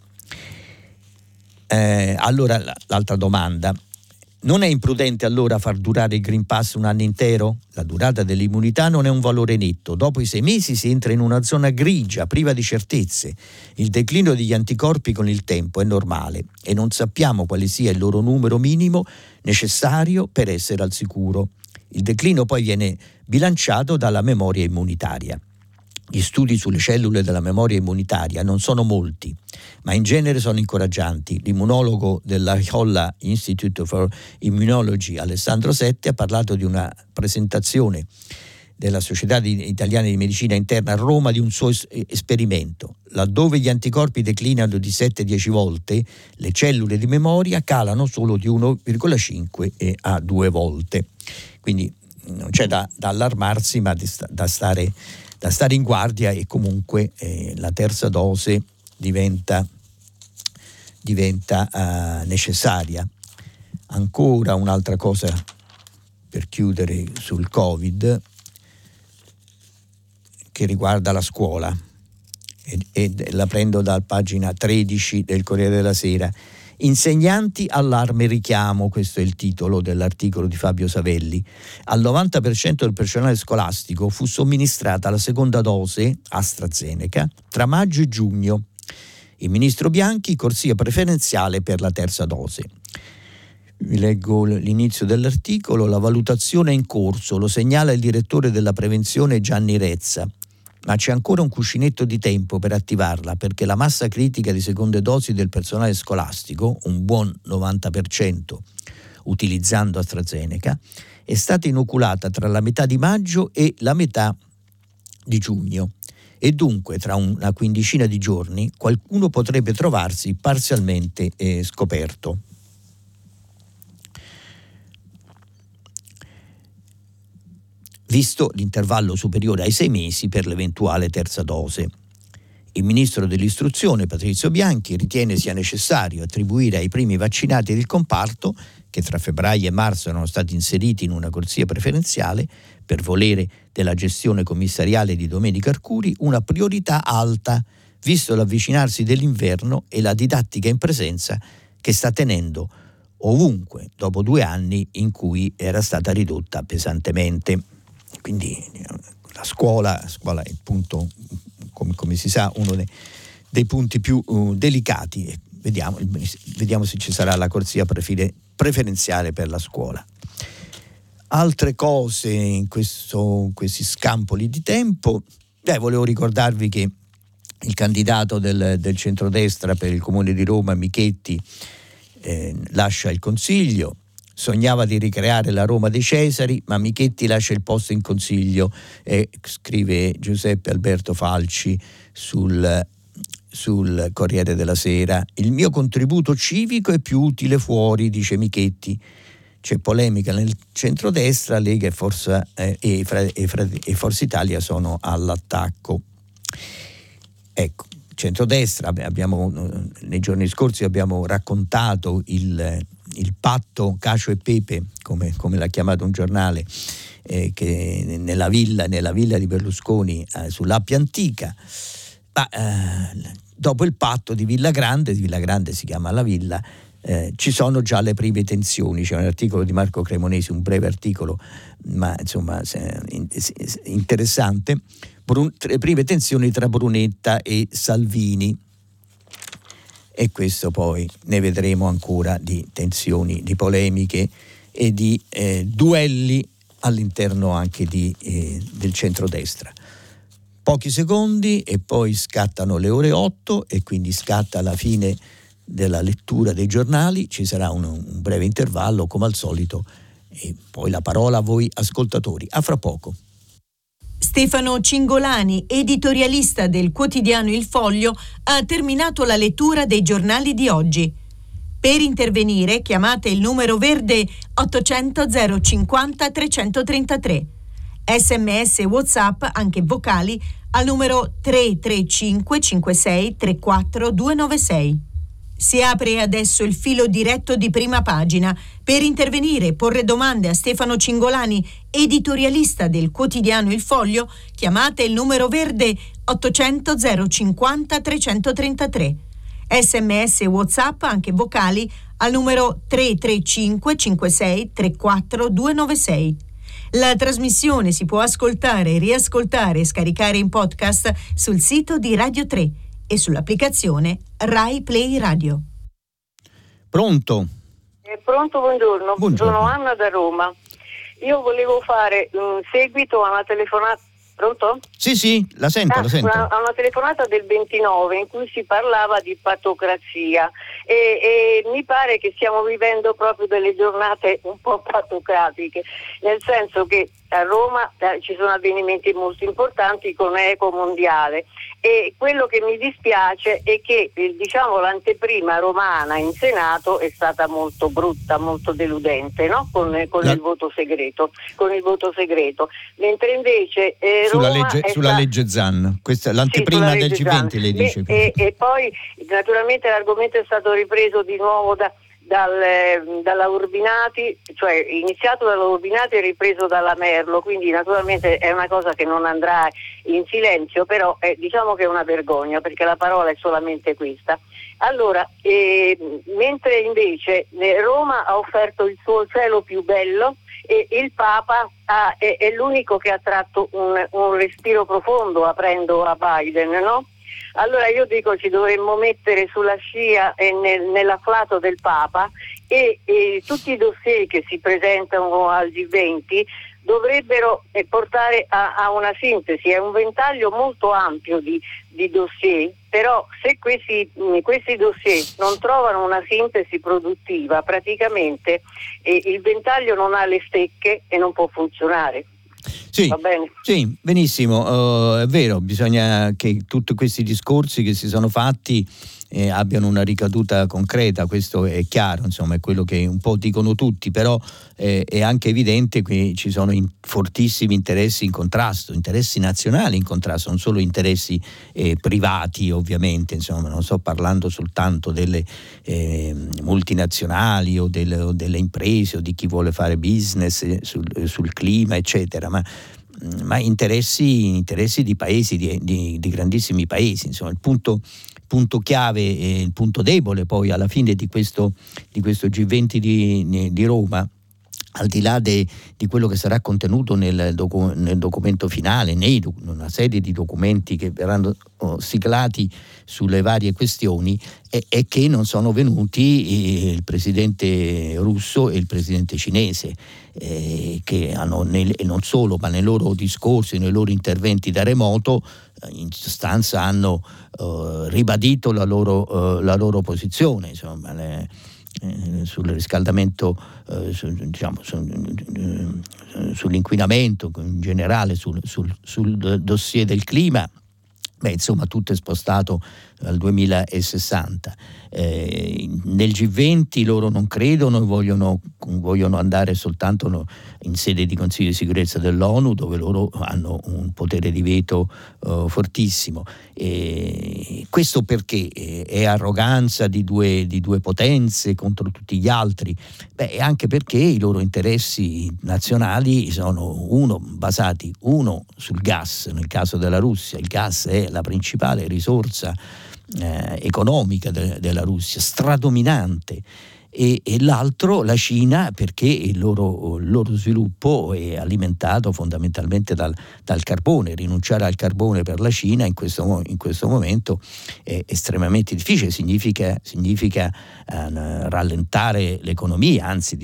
Allora l'altra domanda: non è imprudente allora far durare il Green Pass un anno intero? La durata dell'immunità non è un valore netto. Dopo i 6 mesi si entra in una zona grigia, priva di certezze. Il declino degli anticorpi con il tempo è normale e non sappiamo quale sia il loro numero minimo necessario per essere al sicuro. Il declino poi viene bilanciato dalla memoria immunitaria. Gli studi sulle cellule della memoria immunitaria non sono molti, ma in genere sono incoraggianti. L'immunologo della Holla Institute for Immunology, Alessandro Setti, ha parlato di una presentazione della Società Italiana di Medicina Interna a Roma di un suo esperimento. Laddove gli anticorpi declinano di 7-10 volte, le cellule di memoria calano solo di 1,5 e a 2 volte. Quindi non c'è da allarmarsi, ma da stare in guardia, e comunque la terza dose diventa necessaria. Ancora un'altra cosa per chiudere sul Covid, che riguarda la scuola, e la prendo dalla pagina 13 del Corriere della Sera. Insegnanti, allarme, richiamo, questo è il titolo dell'articolo di Fabio Savelli. Al 90% del personale scolastico fu somministrata la seconda dose AstraZeneca tra maggio e giugno. Il ministro Bianchi, corsia preferenziale per la terza dose. Vi leggo l'inizio dell'articolo. La valutazione è in corso, lo segnala il direttore della prevenzione Gianni Rezza. Ma c'è ancora un cuscinetto di tempo per attivarla, perché la massa critica di seconde dosi del personale scolastico, un buon 90% utilizzando AstraZeneca, è stata inoculata tra la metà di maggio e la metà di giugno, e dunque tra una quindicina di giorni qualcuno potrebbe trovarsi parzialmente scoperto. Visto l'intervallo superiore ai 6 mesi per l'eventuale terza dose. Il ministro dell'istruzione Patrizio Bianchi ritiene sia necessario attribuire ai primi vaccinati del comparto, che tra febbraio e marzo erano stati inseriti in una corsia preferenziale per volere della gestione commissariale di Domenico Arcuri, una priorità alta, visto l'avvicinarsi dell'inverno e la didattica in presenza che sta tenendo ovunque dopo 2 anni in cui era stata ridotta pesantemente. Quindi la scuola è il punto, come si sa, uno dei punti più delicati. Vediamo se ci sarà la corsia preferenziale per la scuola. Altre cose in questi scampoli di tempo. Volevo ricordarvi che il candidato del centrodestra per il Comune di Roma, Michetti, lascia il Consiglio. Sognava di ricreare la Roma dei Cesari, ma Michetti lascia il posto in Consiglio, scrive Giuseppe Alberto Falci sul Corriere della Sera. Il mio contributo civico è più utile fuori, dice Michetti. C'è polemica nel centrodestra, Lega e Forza Italia sono all'attacco. Ecco, centrodestra, nei giorni scorsi abbiamo raccontato il patto Cacio e Pepe, come l'ha chiamato un giornale, che nella villa di Berlusconi sull'Appia Antica. Ma dopo il patto di Villa Grande si chiama la villa, ci sono già le prime tensioni. C'è un articolo di Marco Cremonesi, un breve articolo, ma insomma interessante. Prime tensioni tra Brunetta e Salvini. E questo poi ne vedremo ancora di tensioni, di polemiche e di duelli all'interno anche del centrodestra. Pochi secondi e poi scattano le ore 8 e quindi scatta la fine della lettura dei giornali, ci sarà un breve intervallo come al solito e poi la parola a voi ascoltatori. A fra poco. Stefano Cingolani, editorialista del quotidiano Il Foglio, ha terminato la lettura dei giornali di oggi. Per intervenire chiamate il numero verde 800 050 333. SMS e WhatsApp, anche vocali, al numero 335 56 34 296. Si apre adesso il filo diretto di Prima Pagina. Per intervenire e porre domande a Stefano Cingolani, editorialista del quotidiano Il Foglio, chiamate il numero verde 800 050 333. SMS e WhatsApp, anche vocali, al numero 335 56 34 296. La trasmissione si può ascoltare, riascoltare e scaricare in podcast sul sito di Radio 3 e sull'applicazione Rai Play Radio. Pronto? Pronto, buongiorno. Sono Anna da Roma. Io volevo fare un seguito a una telefonata. Pronto? Sì, la sento. Una telefonata del 29 in cui si parlava di patocrazia e mi pare che stiamo vivendo proprio delle giornate un po' patocratiche, nel senso che a Roma ci sono avvenimenti molto importanti come Eco Mondiale e quello che mi dispiace è che l'anteprima romana in Senato è stata molto brutta, molto deludente, no? Con il voto segreto, mentre invece sulla legge Zan, questa l'anteprima del G20 lei dice. E poi naturalmente l'argomento è stato ripreso di nuovo dalla Urbinati, cioè iniziato dalla Urbinati e ripreso dalla Merlo, quindi naturalmente è una cosa che non andrà in silenzio, però diciamo che è una vergogna perché la parola è solamente questa. Allora, mentre invece Roma ha offerto il suo cielo più bello e il Papa è l'unico che ha tratto un respiro profondo aprendo a Biden, no? Allora io dico ci dovremmo mettere sulla scia e nell'afflato del Papa e tutti i dossier che si presentano al G20 dovrebbero portare a una sintesi. È un ventaglio molto ampio di dossier, però se questi dossier non trovano una sintesi produttiva, praticamente il ventaglio non ha le stecche e non può funzionare. Sì, va bene? Sì, benissimo, è vero, bisogna che tutti questi discorsi che si sono fatti abbiano una ricaduta concreta, questo è chiaro, insomma è quello che un po' dicono tutti, però è anche evidente che ci sono fortissimi interessi in contrasto, interessi nazionali in contrasto, non solo interessi privati ovviamente, insomma non sto parlando soltanto delle multinazionali o delle imprese o di chi vuole fare business sul clima eccetera, ma interessi di paesi, di grandissimi paesi, insomma il punto chiave e il punto debole poi alla fine di questo G20 di Roma, al di là di quello che sarà contenuto nel documento finale, una serie di documenti che verranno siglati sulle varie questioni, è che non sono venuti il presidente russo e il presidente cinese, che hanno non solo, ma nei loro discorsi, nei loro interventi da remoto, in sostanza hanno ribadito la loro posizione, insomma, sul riscaldamento, sull'inquinamento in generale, sul dossier del clima. Insomma tutto è spostato al 2060. Nel G20 loro non credono e vogliono andare soltanto in sede di Consiglio di sicurezza dell'ONU, dove loro hanno un potere di veto fortissimo. Questo perché è arroganza di due potenze contro tutti gli altri? Anche perché i loro interessi nazionali sono basati sul gas. Nel caso della Russia il gas è la principale risorsa economica della Russia, stradominante, e l'altro la Cina, perché il loro sviluppo è alimentato fondamentalmente dal carbone. Rinunciare al carbone per la Cina in questo momento è estremamente difficile, significa rallentare l'economia, anzi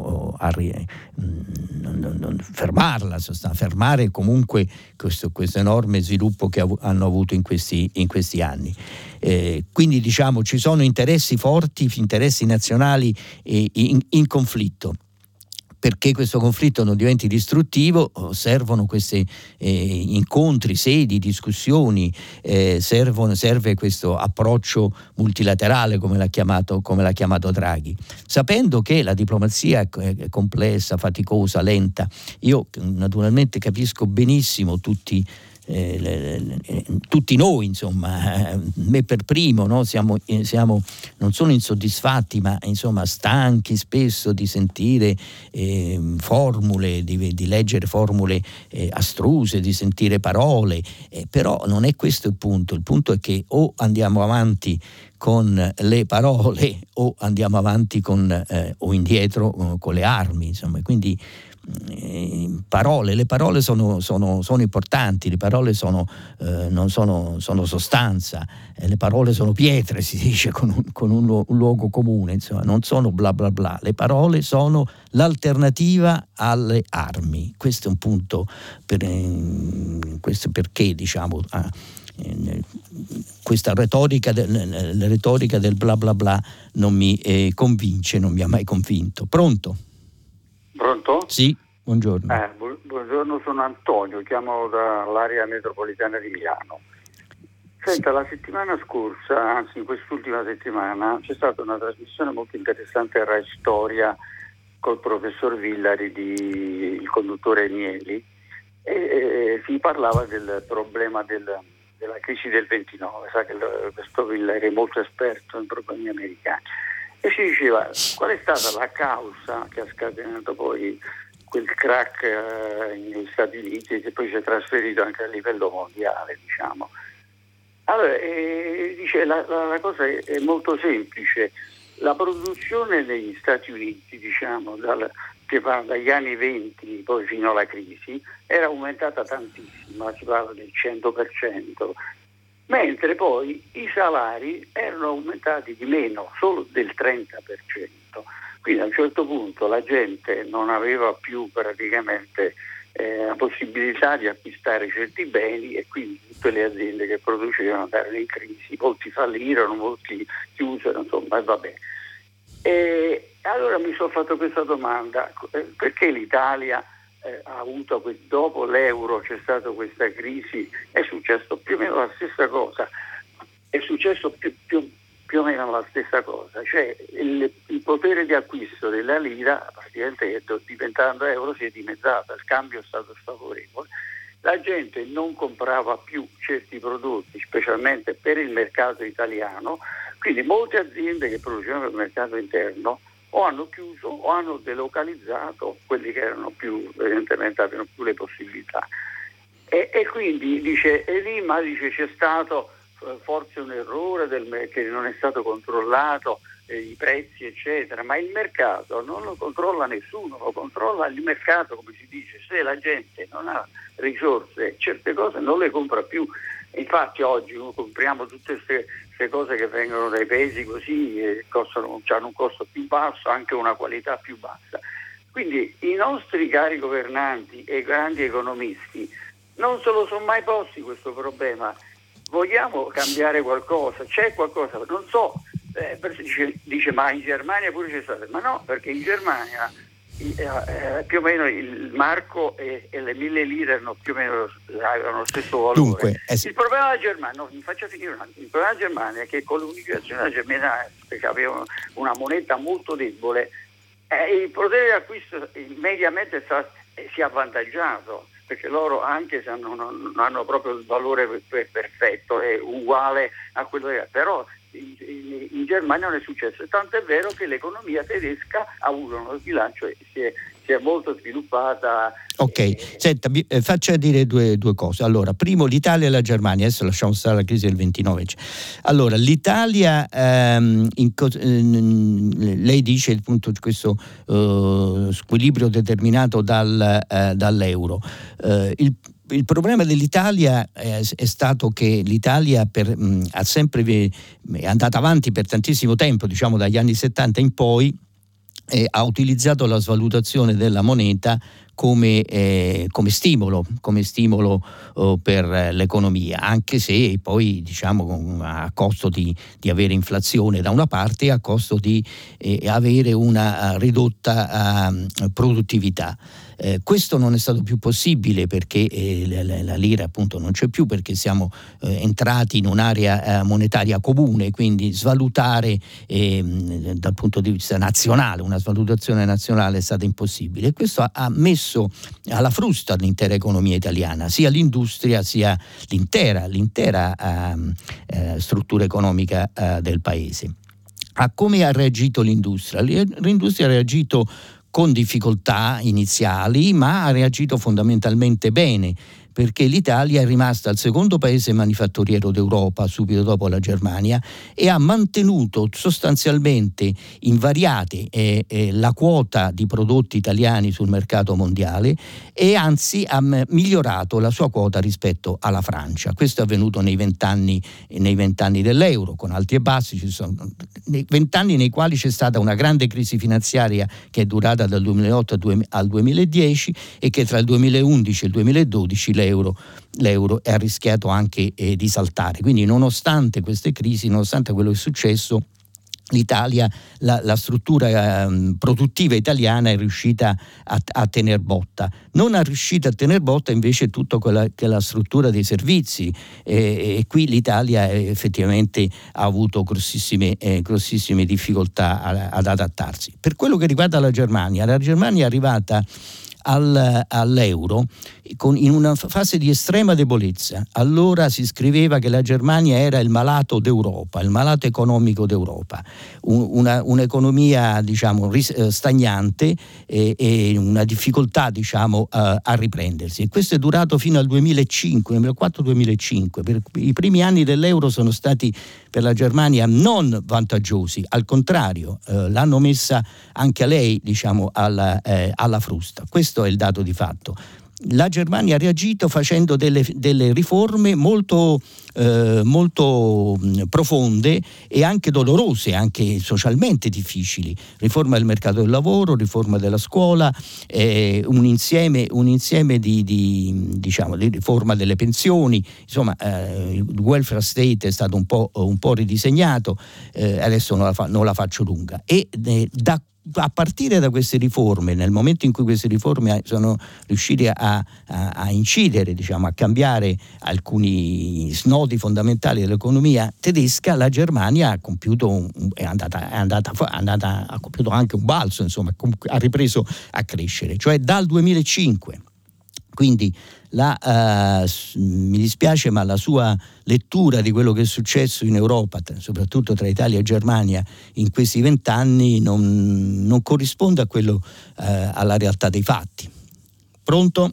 fermarla, fermare comunque questo enorme sviluppo che hanno avuto in questi anni. Quindi ci sono interessi forti, interessi nazionali in conflitto. Perché questo conflitto non diventi distruttivo, servono questi incontri, sedi, discussioni, serve questo approccio multilaterale come l'ha chiamato Draghi, sapendo che la diplomazia è complessa, faticosa, lenta. Io naturalmente capisco benissimo tutti noi, insomma, me per primo, no? Siamo non solo insoddisfatti, ma stanchi spesso di sentire formule, di leggere formule astruse, di sentire parole, però non è questo il punto. Il punto è che o andiamo avanti con le parole o andiamo avanti o indietro con le armi, insomma. Quindi le parole sono importanti, le parole sono sostanza, le parole sono pietre, si dice con un luogo comune, insomma, non sono bla bla bla. Le parole sono l'alternativa alle armi. Questo è un punto questo perché questa retorica del bla bla bla non mi convince, non mi ha mai convinto. Pronto? Sì, buongiorno. Buongiorno, sono Antonio, chiamo dall'area metropolitana di Milano. Senta, la settimana scorsa, anzi in quest'ultima settimana, c'è stata una trasmissione molto interessante a Rai Storia col professor Villari, il conduttore Mieli, e si parlava del problema della crisi del 29. Sa che questo Villari è molto esperto in problemi americani. E si diceva qual è stata la causa che ha scatenato poi quel crack negli Stati Uniti, che poi si è trasferito anche a livello mondiale, diciamo. Allora, dice la cosa è molto semplice. La produzione negli Stati Uniti, diciamo, che va dagli anni 20 poi fino alla crisi, era aumentata tantissimo, si parla del 100%. Mentre poi i salari erano aumentati di meno, solo del 30%. Quindi a un certo punto la gente non aveva più praticamente la possibilità di acquistare certi beni, e quindi tutte le aziende che producevano andarono in crisi, molti fallirono, molti chiusero, insomma, vabbè. E allora mi sono fatto questa domanda: perché l'Italia ha avuto dopo l'euro c'è stata questa crisi? È successo più o meno la stessa cosa, è successo più o meno la stessa cosa, cioè il potere di acquisto della lira praticamente diventando euro si è dimezzato, il cambio è stato sfavorevole, la gente non comprava più certi prodotti, specialmente per il mercato italiano, quindi molte aziende che producevano per il mercato interno o hanno chiuso o hanno delocalizzato quelli che erano evidentemente avevano più le possibilità. E quindi dice c'è stato forse un errore che non è stato controllato, i prezzi eccetera, ma il mercato non lo controlla nessuno, lo controlla il mercato, come si dice. Se la gente non ha risorse, certe cose non le compra più. Infatti oggi noi compriamo tutte queste cose che vengono dai paesi così, hanno un costo più basso, anche una qualità più bassa. Quindi i nostri cari governanti e grandi economisti non se lo sono mai posti questo problema. Vogliamo cambiare qualcosa? C'è qualcosa? Non so, dice ma in Germania pure c'è stato. Ma no, perché in Germania più o meno il marco e le 1000 lire erano più o meno avevano lo stesso valore. Dunque, il problema della Germania, mi faccia finire un attimo, il problema della Germania è che con l'unificazione della Germania, perché aveva una moneta molto debole, il potere d'acquisto mediamente si è avvantaggiato, perché loro, anche se non hanno proprio il valore perfetto, è uguale a quello che è, però in Germania non è successo, tanto è vero che l'economia tedesca ha avuto uno sbilancio e si è sia molto sviluppata. Ok, senta, faccia dire due cose. Allora, primo, l'Italia e la Germania, adesso lasciamo stare la crisi del 29. Allora, l'Italia, lei dice appunto questo squilibrio determinato dall'euro. Il problema dell'Italia è stato che l'Italia è andata avanti per tantissimo tempo, diciamo dagli anni 70 in poi, ha utilizzato la svalutazione della moneta come stimolo per l'economia, anche se poi diciamo a costo di avere inflazione da una parte e a costo di avere una ridotta produttività. Questo non è stato più possibile perché la lira appunto non c'è più, perché siamo entrati in un'area monetaria comune, quindi svalutare dal punto di vista nazionale, una svalutazione nazionale è stata impossibile, e questo ha messo alla frusta l'intera economia italiana, sia l'industria sia l'intera struttura economica del paese. Come ha reagito l'industria? L'industria ha reagito con difficoltà iniziali, ma ha reagito fondamentalmente bene, perché l'Italia è rimasta il secondo paese manifatturiero d'Europa subito dopo la Germania e ha mantenuto sostanzialmente invariate la quota di prodotti italiani sul mercato mondiale, e anzi ha migliorato la sua quota rispetto alla Francia. Questo è avvenuto nei 20 anni dell'euro, con alti e bassi. Ci sono 20 anni nei quali c'è stata una grande crisi finanziaria che è durata dal 2008 al 2010 e che tra il 2011 e il 2012 l'euro è rischiato anche di saltare. Quindi nonostante queste crisi, nonostante quello che è successo, l'Italia, la struttura produttiva italiana è riuscita a tener botta. Non è riuscita a tener botta invece tutta quella che è la struttura dei servizi, e qui l'Italia effettivamente ha avuto grossissime difficoltà ad adattarsi. Per quello che riguarda la Germania è arrivata all'euro in una fase di estrema debolezza. Allora si scriveva che la Germania era il malato d'Europa, il malato economico d'Europa, un'economia diciamo stagnante e una difficoltà diciamo a riprendersi, e questo è durato fino al 2004-2005. I primi anni dell'euro sono stati per la Germania non vantaggiosi, al contrario, l'hanno messa anche a lei diciamo alla frusta. Questo è il dato di fatto. La Germania ha reagito facendo delle riforme molto profonde e anche dolorose, anche socialmente difficili. Riforma del mercato del lavoro, riforma della scuola, un insieme di riforma delle pensioni. Insomma, il welfare state è stato un po' ridisegnato. Adesso non la faccio lunga. E a partire da queste riforme, nel momento in cui queste riforme sono riuscite a incidere, diciamo, a cambiare alcuni snodi fondamentali dell'economia tedesca, la Germania ha compiuto ha compiuto anche un balzo, insomma, ha ripreso a crescere, cioè dal 2005. Quindi mi dispiace, ma la sua lettura di quello che è successo in Europa, soprattutto tra Italia e Germania, in questi 20 anni non corrisponde a quello, alla realtà dei fatti. Pronto?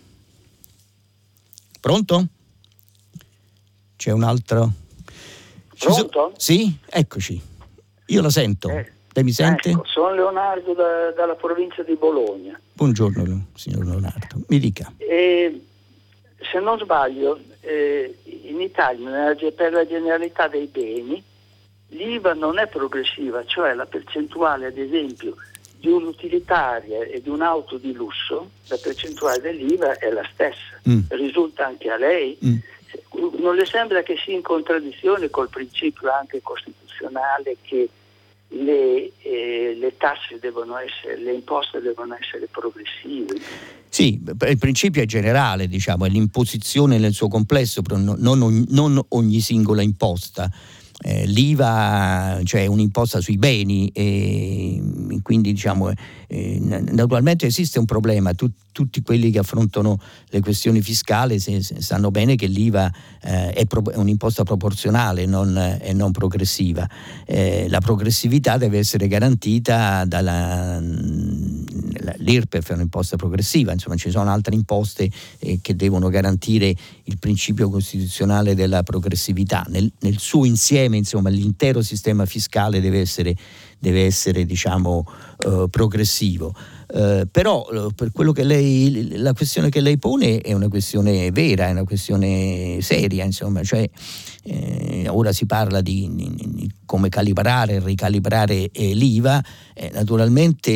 Pronto? C'è un altro? Pronto? Sì, eccoci. Io la sento. Lei mi sente? Ecco, sono Leonardo dalla provincia di Bologna. Buongiorno signor Leonardo, mi dica. Se non sbaglio, in Italia per la generalità dei beni l'IVA non è progressiva, cioè la percentuale ad esempio di un'utilitaria e di un'auto di lusso, la percentuale dell'IVA è la stessa. Risulta anche a lei? Non le sembra che sia in contraddizione col principio anche costituzionale che le tasse le imposte devono essere progressive? Sì, il principio è generale, diciamo, è l'imposizione nel suo complesso, però non ogni singola imposta. L'IVA, cioè un'imposta sui beni, e quindi diciamo naturalmente esiste un problema. Tutti quelli che affrontano le questioni fiscali sanno bene che l'IVA è un'imposta proporzionale e non progressiva. La progressività deve essere garantita l'IRPEF è un'imposta progressiva, insomma ci sono altre imposte che devono garantire il principio costituzionale della progressività. Nel suo insieme, insomma, l'intero sistema fiscale deve essere diciamo progressivo. Però per quello che la questione che lei pone è una questione vera, è una questione seria, insomma, cioè ora si parla di come calibrare e ricalibrare l'IVA. Naturalmente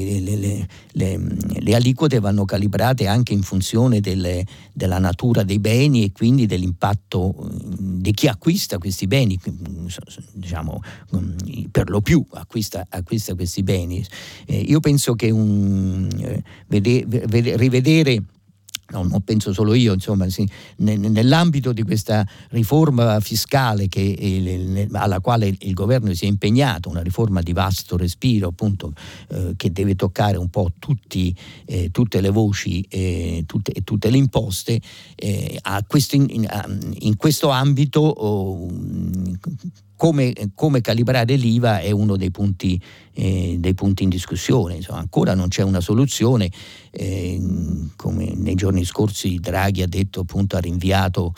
le aliquote vanno calibrate anche in funzione della natura dei beni e quindi dell'impatto di chi acquista questi beni, diciamo per lo più acquista questi beni. Io penso che rivedere, non penso solo io, insomma, nell'ambito di questa riforma fiscale alla quale il governo si è impegnato, una riforma di vasto respiro, appunto, che deve toccare un po' tutte le voci e tutte le imposte, in questo ambito come calibrare l'IVA è uno dei punti in discussione. Insomma, ancora non c'è una soluzione, come nei giorni scorsi Draghi ha detto, appunto ha rinviato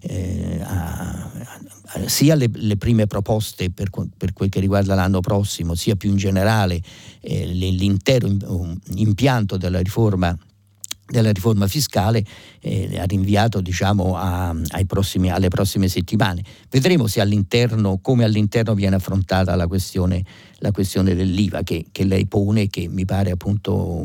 sia le prime proposte per quel che riguarda l'anno prossimo, sia più in generale l'intero impianto della riforma fiscale, ha rinviato, diciamo, alle prossime settimane. Vedremo se come all'interno viene affrontata la questione dell'IVA che lei pone, che mi pare appunto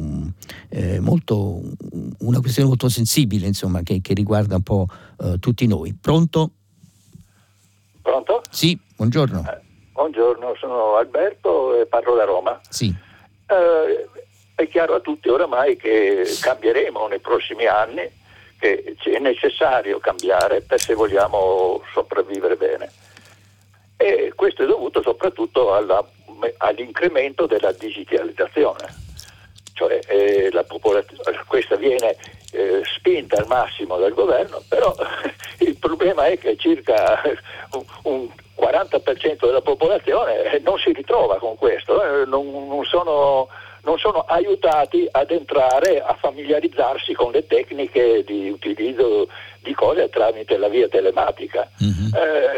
una questione molto sensibile, insomma, che riguarda un po' tutti noi. Pronto? Pronto? Sì, buongiorno. Buongiorno, sono Alberto e parlo da Roma. Sì. È chiaro a tutti oramai che cambieremo nei prossimi anni, che è necessario cambiare se vogliamo sopravvivere bene. E questo è dovuto soprattutto all'incremento della digitalizzazione. Cioè questa viene spinta al massimo dal governo, però il problema è che circa un 40% della popolazione non si ritrova con questo, non sono aiutati ad entrare a familiarizzarsi con le tecniche di utilizzo di cose tramite la via telematica. Mm-hmm.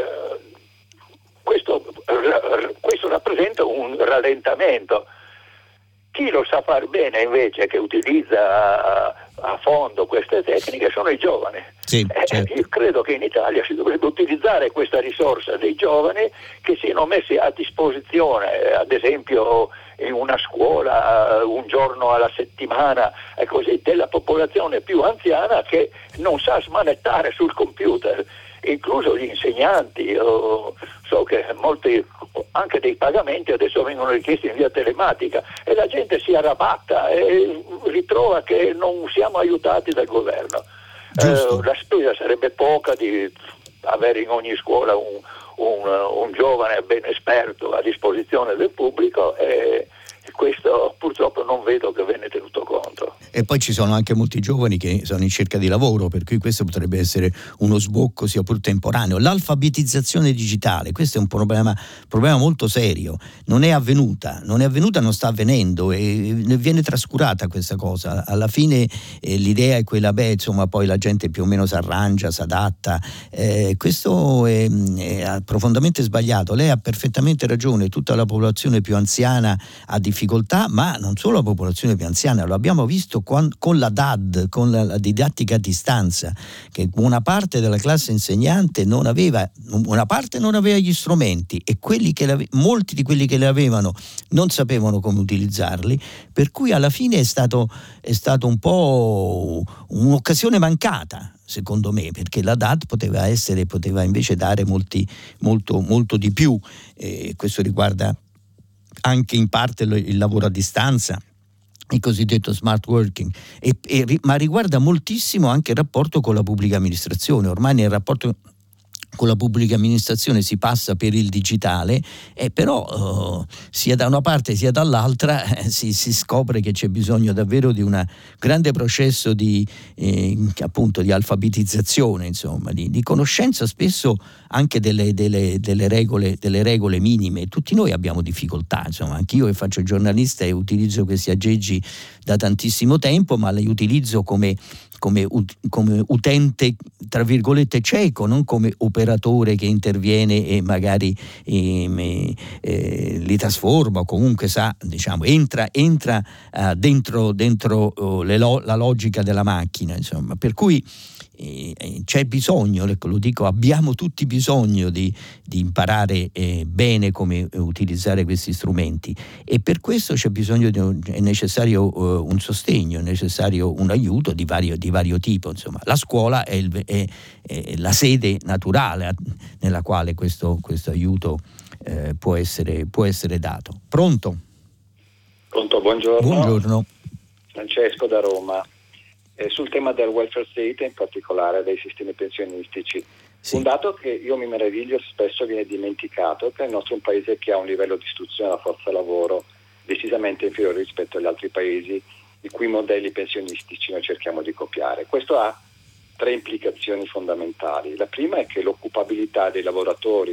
Questo rappresenta un rallentamento. Chi lo sa far bene invece, che utilizza a fondo queste tecniche, sono i giovani. Sì, certo. Io credo che in Italia si dovrebbe utilizzare questa risorsa dei giovani, che siano messi a disposizione, ad esempio in una scuola un giorno alla settimana, e così, della popolazione più anziana che non sa smanettare sul computer, incluso gli insegnanti. Io so che molti anche dei pagamenti adesso vengono richiesti in via telematica e la gente si arrabatta e ritrova che non siamo aiutati dal governo. La spesa sarebbe poca di avere in ogni scuola un giovane ben esperto a disposizione del pubblico, e questo purtroppo non vedo che venne tenuto conto. E poi ci sono anche molti giovani che sono in cerca di lavoro, per cui questo potrebbe essere uno sbocco sia pur temporaneo. L'alfabetizzazione digitale, questo è un problema molto serio, non è avvenuta, non sta avvenendo e viene trascurata questa cosa. Alla fine l'idea è quella, insomma, poi la gente più o meno si arrangia, si adatta. Questo è profondamente sbagliato. Lei ha perfettamente ragione, tutta la popolazione più anziana ha difficoltà, ma non solo la popolazione più anziana, lo abbiamo visto con la DAD, con la didattica a distanza, che una parte della classe insegnante non aveva gli strumenti, e molti di quelli che le avevano non sapevano come utilizzarli, per cui alla fine è stato un po' un'occasione mancata, secondo me, perché la DAD poteva invece dare molto di più. Questo riguarda anche in parte il lavoro a distanza, il cosiddetto smart working, ma riguarda moltissimo anche il rapporto con la pubblica amministrazione. Ormai nel rapporto con la pubblica amministrazione si passa per il digitale, però sia da una parte sia dall'altra si scopre che c'è bisogno davvero di un grande processo di alfabetizzazione, insomma, di conoscenza spesso anche delle regole minime. Tutti noi abbiamo difficoltà, insomma, anch'io che faccio giornalista e utilizzo questi aggeggi da tantissimo tempo, ma li utilizzo come utente tra virgolette cieco, non come operatore che interviene e magari li trasforma, o comunque entra dentro la logica della macchina, insomma. Per cui c'è bisogno, lo dico, abbiamo tutti bisogno di imparare bene come utilizzare questi strumenti, e per questo c'è bisogno è necessario un sostegno, è necessario un aiuto di vario tipo, insomma. La scuola è la sede naturale nella quale questo aiuto può essere dato. Pronto, buongiorno. Buongiorno. Francesco da Roma. Sul tema del welfare state, in particolare dei sistemi pensionistici. Sì. Un dato che io mi meraviglio spesso viene dimenticato è che il nostro è un paese che ha un livello di istruzione della forza lavoro decisamente inferiore rispetto agli altri paesi i cui modelli pensionistici noi cerchiamo di copiare. Questo ha 3 implicazioni fondamentali. La prima è che l'occupabilità dei lavoratori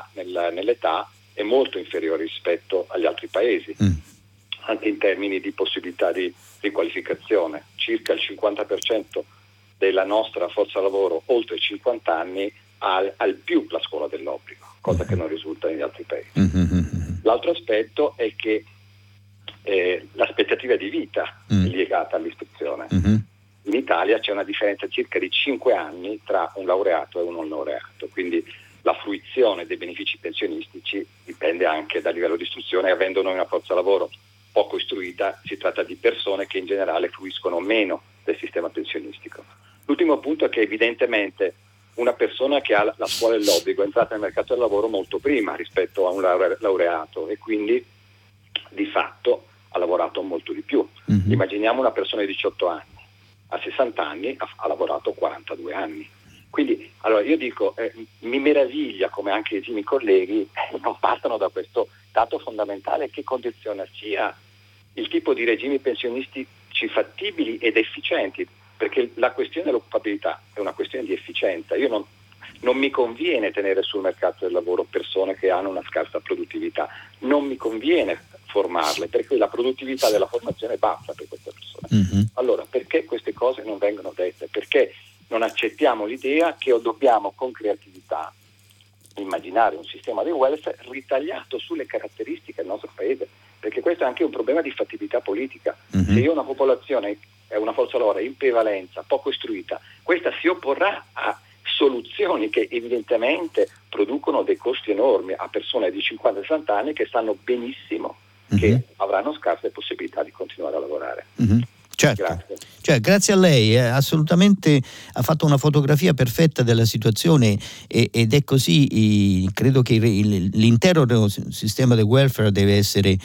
nell'età è molto inferiore rispetto agli altri paesi. Anche in termini di possibilità di riqualificazione. Circa il 50% della nostra forza lavoro oltre i 50 anni ha al più la scuola dell'obbligo, cosa che non risulta negli altri paesi. L'altro aspetto è che l'aspettativa di vita è legata all'istruzione. In Italia c'è una differenza circa di 5 anni tra un laureato e un non laureato, quindi la fruizione dei benefici pensionistici dipende anche dal livello di istruzione. Avendo noi una forza lavoro poco istruita, si tratta di persone che in generale fruiscono meno del sistema pensionistico. L'ultimo punto è che evidentemente una persona che ha la scuola dell'obbligo è entrata nel mercato del lavoro molto prima rispetto a un laureato, e quindi di fatto ha lavorato molto di più. Immaginiamo una persona di 18 anni, a 60 anni ha lavorato 42 anni. Quindi allora io dico, mi meraviglia come anche i esimi colleghi non partano da questo dato fondamentale che condiziona sia il tipo di regimi pensionistici fattibili ed efficienti, perché la questione dell'occupabilità è una questione di efficienza. Io non mi conviene tenere sul mercato del lavoro persone che hanno una scarsa produttività, non mi conviene formarle, perché la produttività della formazione è bassa per queste persone. Allora, perché queste cose non vengono dette? Perché non accettiamo l'idea che dobbiamo con creatività immaginare un sistema di welfare ritagliato sulle caratteristiche del nostro paese, perché questo è anche un problema di fattibilità politica. Se io ho una popolazione è una forza lavoro in prevalenza poco istruita, questa si opporrà a soluzioni che evidentemente producono dei costi enormi a persone di 50-60 anni che sanno benissimo che avranno scarse possibilità di continuare a lavorare. Certo. Grazie a lei, assolutamente ha fatto una fotografia perfetta della situazione, ed è così. Credo che l'intero sistema del welfare deve essere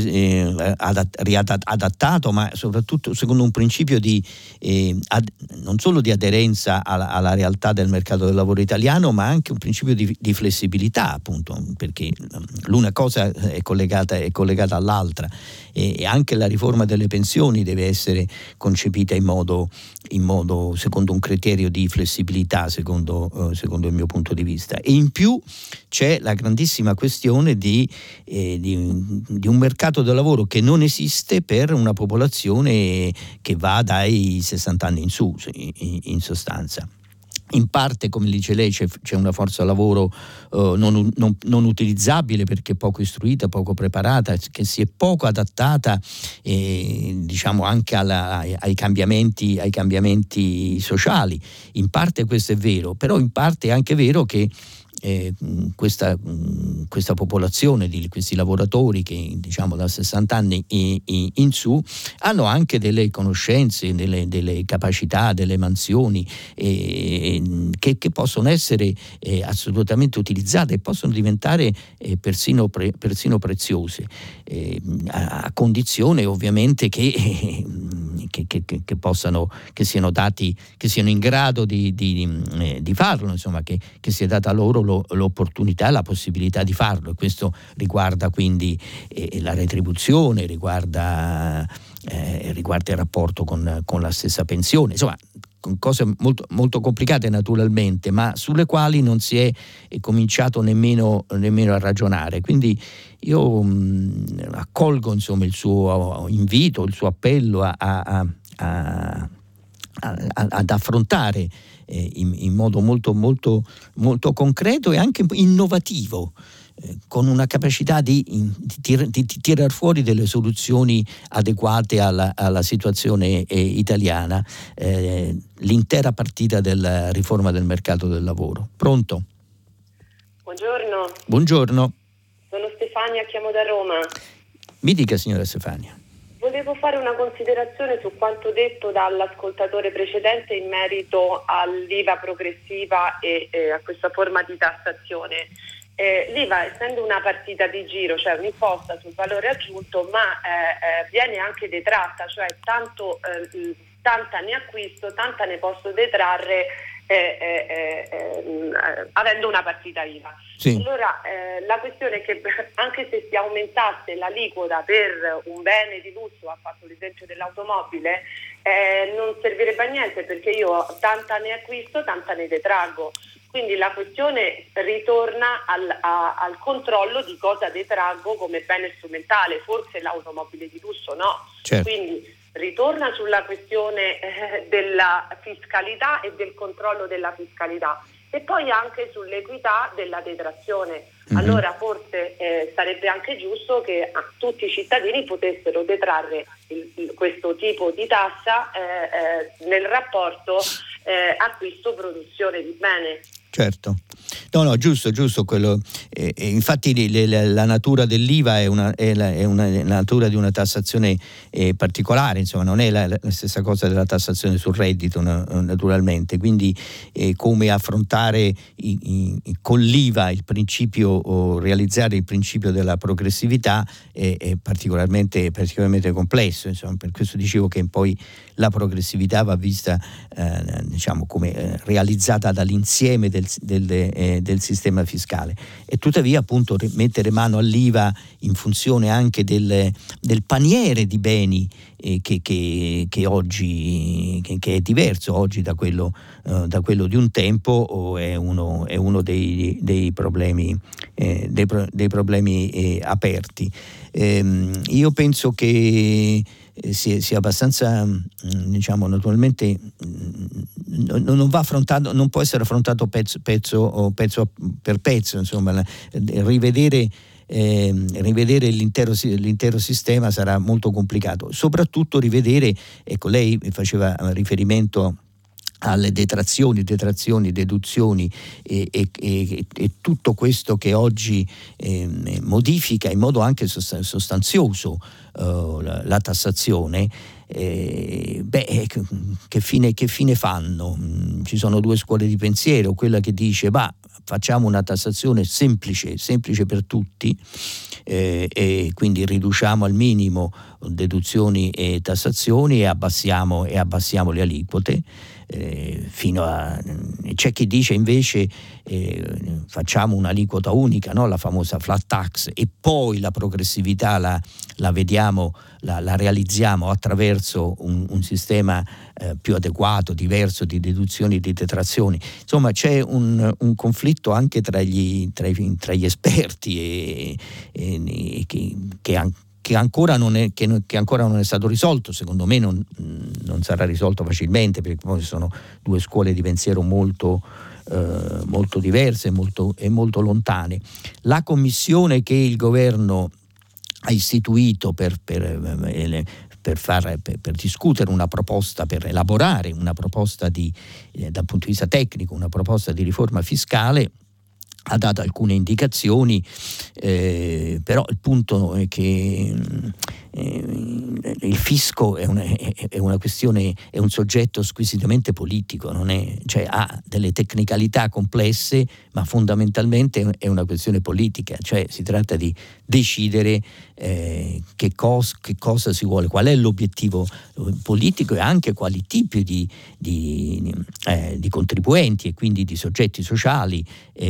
adattato, ma soprattutto secondo un principio non solo di aderenza alla realtà del mercato del lavoro italiano, ma anche un principio di flessibilità, appunto, perché l'una cosa è collegata all'altra, e anche la riforma delle pensioni deve essere concepita in modo secondo un criterio di flessibilità, secondo il mio punto di vista. E in più c'è la grandissima questione di un mercato del lavoro che non esiste per una popolazione che va dai 60 anni in su, in sostanza. In parte, come dice lei, c'è una forza lavoro non utilizzabile perché poco istruita, poco preparata, che si è poco adattata anche ai cambiamenti sociali. In parte questo è vero, però in parte è anche vero che questa popolazione di questi lavoratori che da 60 anni in su hanno anche delle conoscenze, delle capacità, delle mansioni che possono essere assolutamente utilizzate e possono diventare persino preziose, a condizione ovviamente che che siano dati, che siano in grado di farlo, insomma, che sia data loro l'opportunità e la possibilità di farlo. E questo riguarda quindi la retribuzione, riguarda il rapporto con la stessa pensione, insomma, con cose molto, molto complicate naturalmente, ma sulle quali non si è cominciato nemmeno a ragionare. Quindi io accolgo, insomma, il suo invito, il suo appello ad affrontare in modo molto, molto, molto concreto e anche innovativo, con una capacità di tirar fuori delle soluzioni adeguate alla situazione italiana, l'intera partita della riforma del mercato del lavoro. Pronto? Buongiorno. Buongiorno. Sono Stefania, chiamo da Roma. Mi dica, signora Stefania. Volevo fare una considerazione su quanto detto dall'ascoltatore precedente in merito all'IVA progressiva e a questa forma di tassazione. L'IVA, essendo una partita di giro, cioè un'imposta sul valore aggiunto, ma viene anche detratta, cioè tanta ne acquisto, tanta ne posso detrarre avendo una partita IVA. Sì. Allora la questione è che anche se si aumentasse l'aliquota per un bene di lusso, ha fatto l'esempio dell'automobile, non servirebbe a niente, perché io tanta ne acquisto, tanta ne detraggo. Quindi la questione ritorna al controllo di cosa detraggo come bene strumentale, forse l'automobile di lusso no. Certo. Quindi ritorna sulla questione della fiscalità e del controllo della fiscalità, e poi anche sull'equità della detrazione. Allora forse sarebbe anche giusto che tutti i cittadini potessero detrarre questo tipo di tassa nel rapporto acquisto-produzione di bene. Certo, no, giusto quello. Infatti la natura dell'IVA è una natura di una tassazione particolare, insomma, non è la stessa cosa della tassazione sul reddito, naturalmente. Quindi come affrontare con l'IVA il principio, o realizzare il principio della progressività è particolarmente complesso, insomma. Per questo dicevo che poi la progressività va vista come realizzata dall'insieme del sistema fiscale, e tuttavia appunto mettere mano all'IVA in funzione anche del paniere di beni che oggi che è diverso oggi da quello di un tempo, è uno dei problemi aperti. Io penso che sia abbastanza, naturalmente non va affrontato, non può essere affrontato pezzo per pezzo, insomma, rivedere l'intero sistema sarà molto complicato, soprattutto rivedere, ecco, lei faceva riferimento alle detrazioni, deduzioni e tutto questo che oggi modifica in modo anche sostanzioso la tassazione. Che fine fanno? Ci sono due scuole di pensiero, quella che dice facciamo una tassazione semplice per tutti, e quindi riduciamo al minimo deduzioni e tassazioni e abbassiamo le aliquote. C'è chi dice invece facciamo un'aliquota unica, no? La famosa flat tax, e poi la progressività la vediamo, la realizziamo attraverso un sistema più adeguato, diverso di deduzioni e di detrazioni. Insomma, c'è un conflitto anche tra gli esperti che ancora non è stato risolto. Secondo me non sarà risolto facilmente, perché poi sono due scuole di pensiero molto diverse e molto lontane. La commissione che il governo ha istituito per discutere una proposta, per elaborare una proposta dal punto di vista tecnico, una proposta di riforma fiscale, ha dato alcune indicazioni, però il punto è che il fisco è una questione, è un soggetto squisitamente politico, cioè ha delle tecnicalità complesse, ma fondamentalmente è una questione politica, cioè si tratta di decidere che cosa si vuole, qual è l'obiettivo politico e anche quali tipi di contribuenti e quindi di soggetti sociali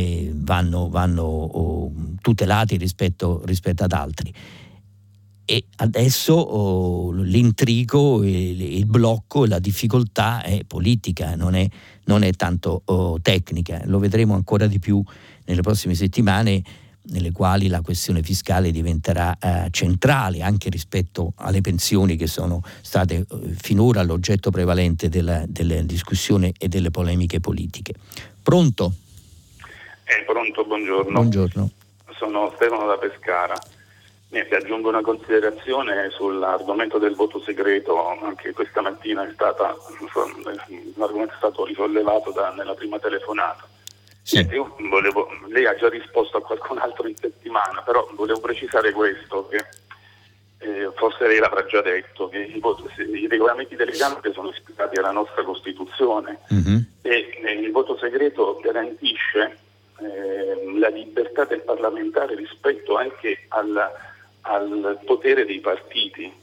vanno tutelati rispetto ad altri. E adesso l'intrigo, il blocco e la difficoltà è politica, non è tanto tecnica. Lo vedremo ancora di più nelle prossime settimane, nelle quali la questione fiscale diventerà centrale anche rispetto alle pensioni, che sono state finora l'oggetto prevalente della discussione e delle polemiche politiche. Pronto? Pronto, buongiorno. Buongiorno. Sono Stefano da Pescara. Niente, aggiungo una considerazione sull'argomento del voto segreto. Anche questa mattina l'argomento è stato risollevato nella prima telefonata. Sì. Lei ha già risposto a qualcun altro in settimana, però volevo precisare questo, che forse lei l'avrà già detto, che i regolamenti delle Camere sono ispirati alla nostra Costituzione, e il voto segreto garantisce la libertà del parlamentare rispetto anche al potere dei partiti,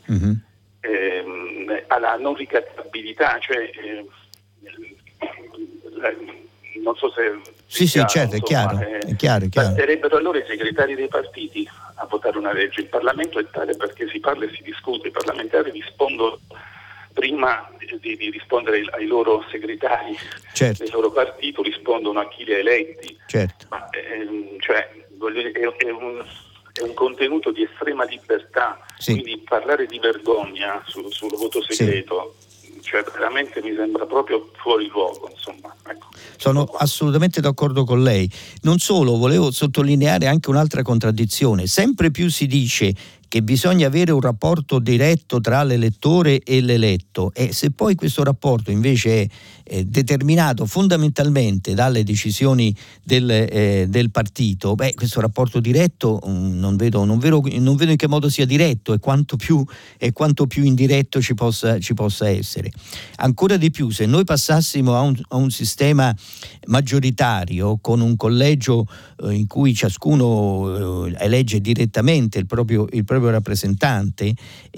alla non ricattabilità, cioè non so se sì, certo, insomma, è chiaro. Basterebbero allora i segretari dei partiti a votare una legge. Il Parlamento è tale perché si parla e si discute, i parlamentari rispondono prima di rispondere ai loro segretari, certo, del loro partito, rispondono a chi li ha eletti. Certo. Ma, cioè, è un contenuto di estrema libertà, sì. Quindi parlare di vergogna sul voto segreto, sì, cioè veramente mi sembra proprio fuori luogo, insomma. Ecco. Sono assolutamente d'accordo con lei. Non solo, volevo sottolineare anche un'altra contraddizione. Sempre più si dice che bisogna avere un rapporto diretto tra l'elettore e l'eletto, e se poi questo rapporto invece è determinato fondamentalmente dalle decisioni del partito, questo rapporto diretto non vedo in che modo sia diretto e quanto più indiretto ci possa essere. Ancora di più, se noi passassimo a un sistema maggioritario con un collegio in cui ciascuno elegge direttamente il proprio rappresentante,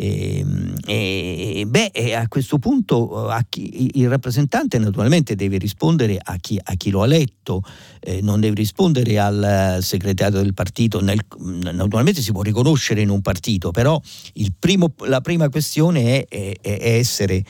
a questo punto il rappresentante naturalmente deve rispondere a chi lo ha eletto, non deve rispondere al segretario del partito. Naturalmente si può riconoscere in un partito, però la prima questione è essere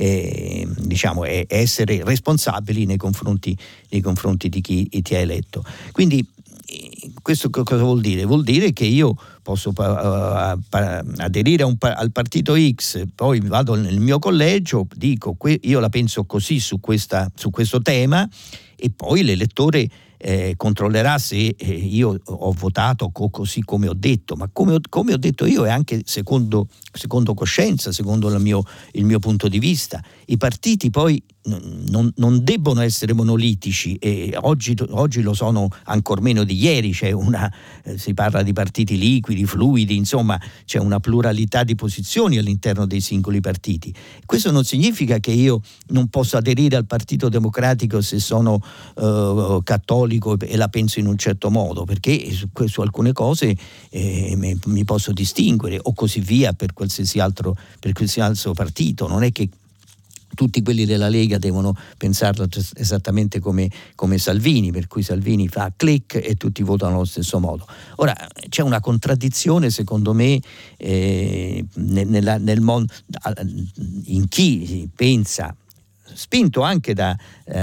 essere responsabili nei confronti di chi ti ha eletto. Quindi questo cosa vuol dire? Vuol dire che io posso aderire al partito X, poi vado nel mio collegio, dico io la penso così su questo tema, e poi l'elettore controllerà se io ho votato così come ho detto, ma come ho detto io, è anche secondo coscienza, secondo il mio punto di vista. I partiti poi non debbono essere monolitici, e oggi lo sono ancor meno di ieri. Si parla di partiti liquidi, fluidi, insomma c'è una pluralità di posizioni all'interno dei singoli partiti. Questo non significa che io non posso aderire al Partito Democratico se sono cattolico e la penso in un certo modo, perché su alcune cose mi posso distinguere, o così via per qualsiasi altro partito. Non è che tutti quelli della Lega devono pensarla esattamente come Salvini, per cui Salvini fa click e tutti votano allo stesso modo. Ora c'è una contraddizione, secondo me, nel mondo, in chi pensa, spinto anche da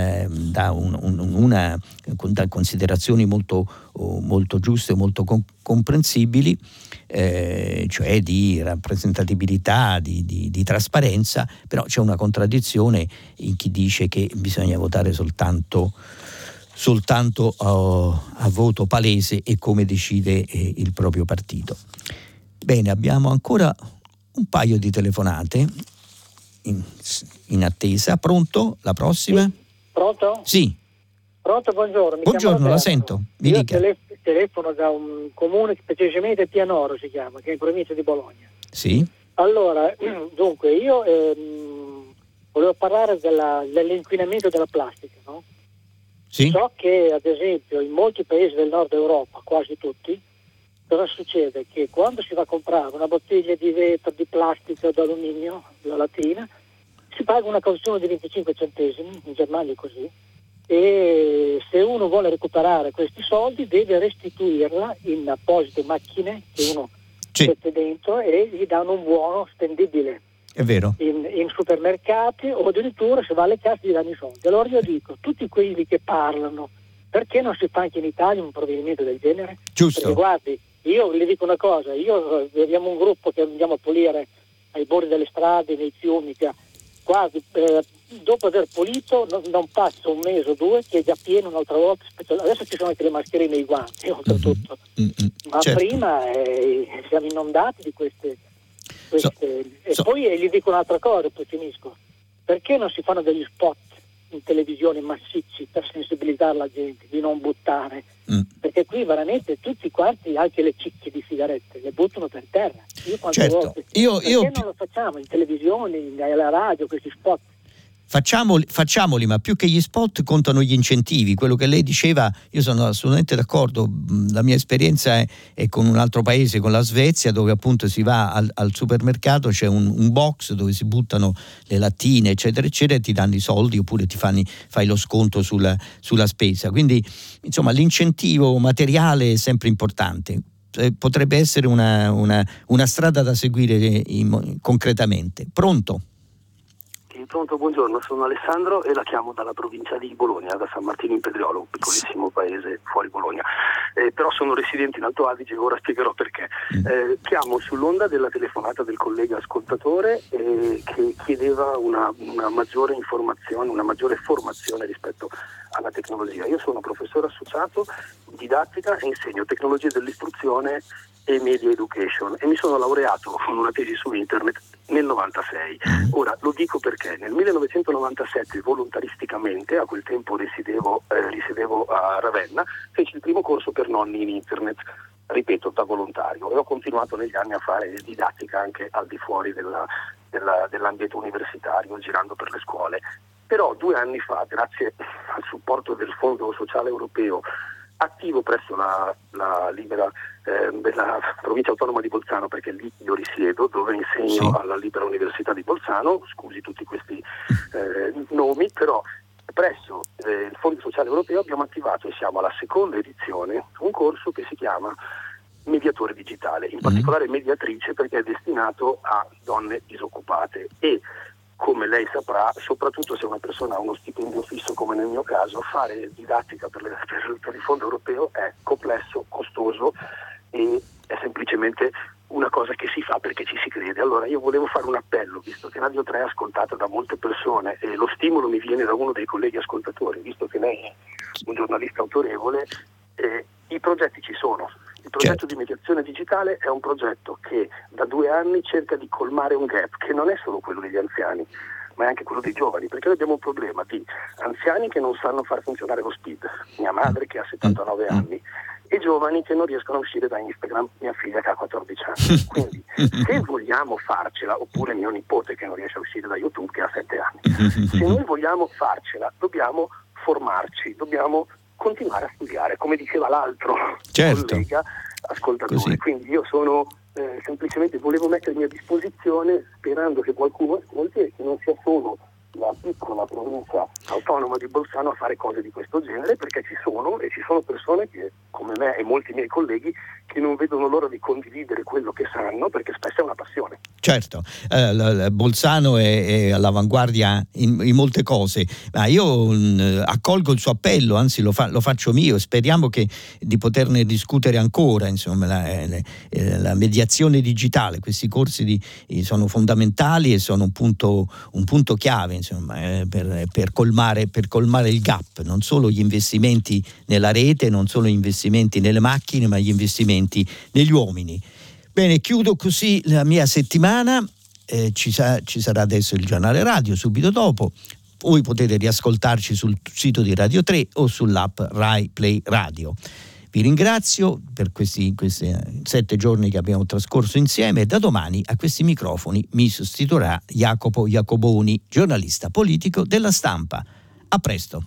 considerazioni molto giuste, molto comprensibili, cioè di rappresentatività, di trasparenza, però c'è una contraddizione in chi dice che bisogna votare soltanto a voto palese e come decide il proprio partito. Bene, abbiamo ancora un paio di telefonate in attesa. Pronto? La prossima? Sì. Pronto? Sì. Pronto, buongiorno. Buongiorno, la sento. Mi dica. Telefono da un comune, specificamente Pianoro si chiama, che è in provincia di Bologna. Sì. Allora, dunque, io volevo parlare dell'inquinamento della plastica, no? Sì? So che, ad esempio, in molti paesi del nord Europa, quasi tutti, cosa succede? Che quando si va a comprare una bottiglia di vetro, di plastica o d'alluminio, la latina, si paga una cauzione di 25 centesimi, in Germania è così, e se uno vuole recuperare questi soldi deve restituirla in apposite macchine che uno mette dentro e gli danno un buono spendibile. È vero. In supermercati, o addirittura se va alle casse gli danno i soldi. Allora io dico, tutti quelli che parlano, perché non si fa anche in Italia un provvedimento del genere? Giusto. Perché guardi, io le dico una cosa, abbiamo un gruppo che andiamo a pulire ai bordi delle strade, nei fiumi, quasi dopo aver pulito non passa un mese o due che è già pieno un'altra volta. Adesso ci sono anche le mascherine e i guanti, oltretutto. Ma certo. Prima siamo inondati di queste poi gli dico un'altra cosa, poi finisco. Perché non si fanno degli spot in televisione massicci per sensibilizzare la gente di non buttare? Perché qui veramente tutti quanti, anche le cicche di sigarette, le buttano per terra. Io quante volte, perché non lo facciamo in televisione, alla radio, questi spot? Facciamoli, ma più che gli spot contano gli incentivi. Quello che lei diceva, io sono assolutamente d'accordo. La mia esperienza è con un altro paese, con la Svezia, dove appunto si va al supermercato, c'è un box dove si buttano le lattine, eccetera, eccetera, e ti danno i soldi oppure fai lo sconto sulla spesa. Quindi, insomma, l'incentivo materiale è sempre importante. Potrebbe essere una strada da seguire concretamente. Pronto? Pronto, buongiorno, sono Alessandro e la chiamo dalla provincia di Bologna, da San Martino in Pedriolo, un piccolissimo paese fuori Bologna. Però sono residente in Alto Adige e ora spiegherò perché. Chiamo sull'onda della telefonata del collega ascoltatore che chiedeva una maggiore informazione, una maggiore formazione rispetto alla tecnologia. Io sono professore associato, didattica e insegno tecnologie dell'istruzione e media education e mi sono laureato con una tesi su internet nel 96. Ora lo dico perché nel 1997 volontaristicamente, a quel tempo risiedevo a Ravenna, feci il primo corso per nonni in internet, ripeto, da volontario, e ho continuato negli anni a fare didattica anche al di fuori dell'ambiente universitario, girando per le scuole. Però 2 anni fa, grazie al supporto del Fondo Sociale Europeo, attivo presso la Libera della provincia autonoma di Bolzano, perché lì io risiedo, dove insegno alla Libera Università di Bolzano, scusi tutti questi nomi, però presso il Fondo Sociale Europeo abbiamo attivato, e siamo alla seconda edizione, un corso che si chiama Mediatore Digitale, in particolare mediatrice, perché è destinato a donne disoccupate e, come lei saprà, soprattutto se una persona ha uno stipendio fisso come nel mio caso, fare didattica per il fondo europeo è complesso, costoso e è semplicemente una cosa che si fa perché ci si crede. Allora io volevo fare un appello, visto che Radio 3 è ascoltata da molte persone e lo stimolo mi viene da uno dei colleghi ascoltatori, visto che lei è un giornalista autorevole, i progetti ci sono. Il progetto di mediazione digitale è un progetto che da 2 anni cerca di colmare un gap che non è solo quello degli anziani, ma è anche quello dei giovani, perché noi abbiamo un problema di anziani che non sanno far funzionare lo SPID, mia madre che ha 79 anni, e giovani che non riescono a uscire da Instagram, mia figlia che ha 14 anni. Quindi se vogliamo farcela, oppure mio nipote che non riesce a uscire da YouTube che ha 7 anni, se noi vogliamo farcela dobbiamo formarci, dobbiamo continuare a studiare, come diceva l'altro collega ascoltatore. Così. Quindi io sono semplicemente volevo mettermi a disposizione sperando che qualcuno ascolti e che non sia solo la piccola provincia autonoma di Bolzano a fare cose di questo genere, perché ci sono persone che, come me e molti miei colleghi, che non vedono l'ora di condividere quello che sanno, perché spesso è una passione. Certo, Bolzano è all'avanguardia in molte cose, ma io accolgo il suo appello, anzi lo faccio mio. Speriamo di poterne discutere ancora, insomma, la mediazione digitale. Questi corsi sono fondamentali e sono un punto chiave, insomma, per colmare il gap, non solo gli investimenti nella rete, non solo gli investimenti nelle macchine, ma gli investimenti negli uomini. Bene, chiudo così la mia settimana. Ci sarà adesso il giornale radio subito dopo. Voi potete riascoltarci sul sito di Radio 3 o sull'app Rai Play Radio. Vi ringrazio per questi 7 giorni che abbiamo trascorso insieme e da domani a questi microfoni mi sostituirà Jacopo Iacoboni, giornalista politico della Stampa. A presto.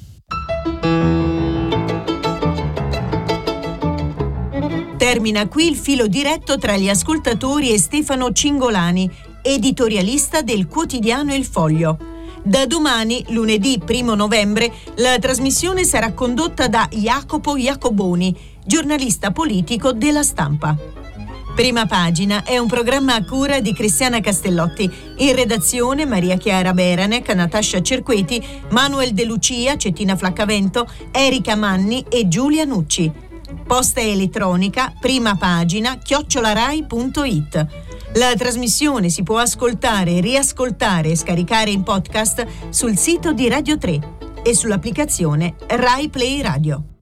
Termina qui il filo diretto tra gli ascoltatori e Stefano Cingolani, editorialista del quotidiano Il Foglio. Da domani, lunedì 1 novembre, la trasmissione sarà condotta da Jacopo Iacoboni, giornalista politico della Stampa. Prima Pagina è un programma a cura di Cristiana Castellotti. In redazione Maria Chiara Beranec, Natascia Cerqueti, Manuel De Lucia, Cettina Flaccavento, Erika Manni e Giulia Nucci. Posta elettronica primapagina@rai.it. La trasmissione si può ascoltare, riascoltare e scaricare in podcast sul sito di Radio 3 e sull'applicazione Rai Play Radio.